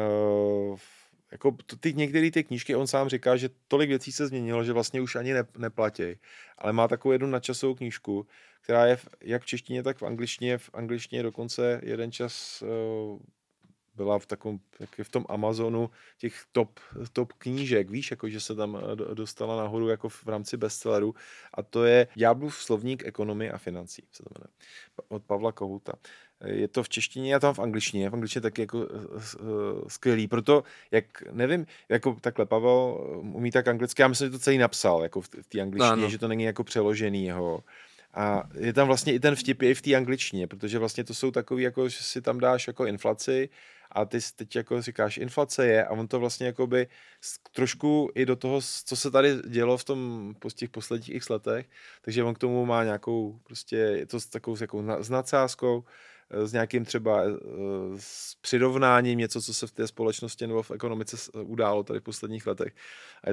jako některé ty knížky, on sám říká, že tolik věcí se změnilo, že vlastně už ani neplatí. Ale má takovou jednu nadčasovou knížku, která je jak v češtině, tak v angličtině. V angličtině dokonce jeden čas byla v tom Amazonu těch top knížek, víš, jako že se tam dostala nahoru jako v rámci bestselleru, a to je Ďáblův slovník ekonomie a financí, se to jmenuje, od Pavla Kohouta. Je to v češtině a tam v angličtině taky jako skvělý, proto, nevím, jako takhle Pavel umí tak anglicky, já myslím, že to celý napsal, jako v té angličtině, že to není jako přeložený jeho. A je tam vlastně i ten vtip i v té angličtině, protože vlastně to jsou takový, jako, že si tam dáš jako inflaci a ty teď jako říkáš, inflace je, a on to vlastně jakoby trošku i do toho, co se tady dělo v těch posledních x letech, takže on k tomu má nějakou prostě, je to s takovou s nadsázkou, s nějakým třeba s přirovnáním, něco, co se v té společnosti nebo v ekonomice událo tady v posledních letech. A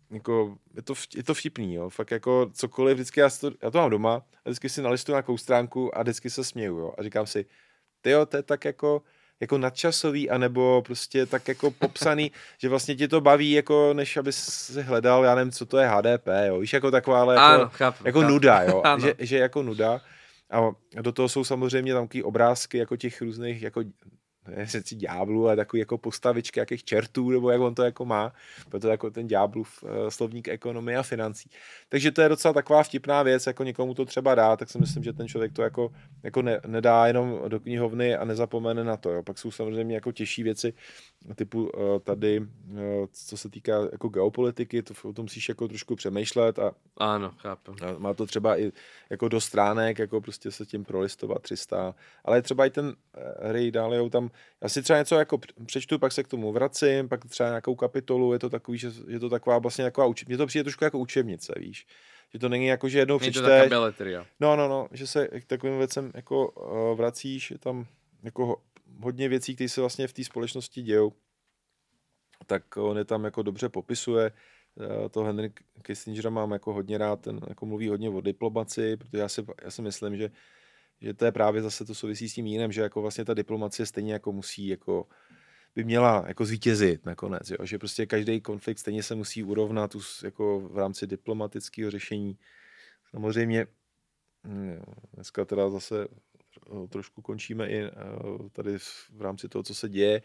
je to vtipný, jo. Fakt jako cokoliv, vždycky já to mám doma a vždycky si nalistuju nějakou stránku a vždycky se směju, jo. A říkám si, tyjo, to je tak jako nadčasový, anebo prostě tak jako popsaný, že vlastně ti to baví, jako než aby si hledal, já nevím, co to je HDP, jo. Víš, jako taková, ale jako nuda, jo. Že jako nuda. A do toho jsou samozřejmě tam takový obrázky jako těch různých, jako řeci ďáblů, ale takový jako postavičky jakých čertů, nebo jak on to jako má, proto jako ten Ďáblův slovník ekonomie a financí. Takže to je docela taková vtipná věc, jako někomu to třeba dá, tak si myslím, že ten člověk to jako nedá jenom do knihovny a nezapomene na to. Jo. Pak jsou samozřejmě jako těžší věci, typu tady, co se týká jako geopolitiky, to o tom musíš jako trošku přemýšlet a ano, chápu. A má to třeba i jako do stránek, jako prostě se tím prolistovat 300, ale třeba i ten Ray Dalio tam, já si třeba něco jako přečtu, pak se k tomu vracím, pak třeba nějakou kapitolu, je to takový, že je to taková vlastně taková mně to přijde trošku jako učebnice, víš, že to není jako, že jednou přečteš. Je to taková beletria. No, že se k takovým věcem jako vracíš, je tam jako hodně věcí, které se vlastně v té společnosti dějou, tak on je tam jako dobře popisuje. To Henry Kissingera mám jako hodně rád, ten jako mluví hodně o diplomaci, protože já si myslím, že to je právě zase to souvisí s tím jiným, že jako vlastně ta diplomacie stejně jako musí, jako by měla jako zvítězit nakonec, jo? Že prostě každý konflikt stejně se musí urovnat jako v rámci diplomatického řešení. Samozřejmě dneska teda zase trošku končíme i tady v rámci toho, co se děje,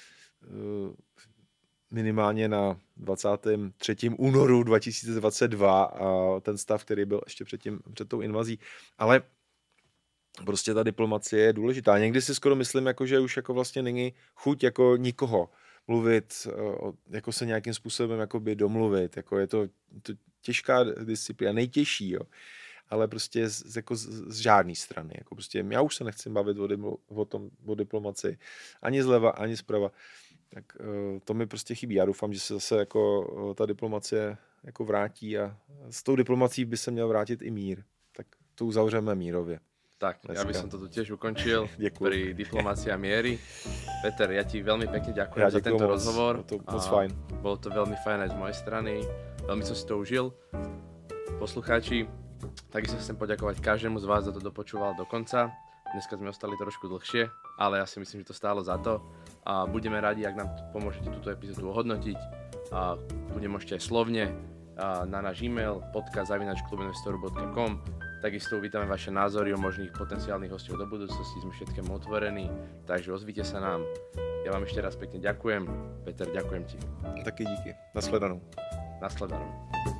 minimálně na 23. únoru 2022 a ten stav, který byl ještě před tou invazí. Ale prostě ta diplomacie je důležitá. Někdy si skoro myslím, jako, že už jako vlastně není chuť jako nikoho mluvit, jako se nějakým způsobem jakoby domluvit. Jako je to těžká disciplína, nejtěžší, jo. Ale prostě z žádné strany. Jako prostě já už se nechci bavit o diplomaci ani zleva, ani zprava. Tak to mi prostě chybí. Já doufám, že se zase jako ta diplomacie jako vrátí a s tou diplomací by se měl vrátit i mír. Tak to uzavřeme mírově. Tak, ja by som to tu tiež ukončil pri diplomácii a miery. Peter, ja ti veľmi pekne ďakujem za tento rozhovor. To moc fajn. Bolo to veľmi fajn aj z mojej strany. Veľmi som si to užil. Poslucháči, takisto chcem poďakovať každému z vás, za to dopočúval do konca. Dneska sme ostali trošku dlhšie, ale ja si myslím, že to stálo za to. A budeme radi, ak nám pomôžete túto epizódu ohodnotiť. A môžete aj slovne na náš e-mail podcast@klubinvestoru.com. Takisto uvítame vaše názory o možných potenciálnych hostov do budúcnosti, sme všetkému otvorení, takže ozvíte sa nám. Ja vám ešte raz pekne ďakujem. Peter, ďakujem ti. Taky díky. Nasledanou. Nasledanou.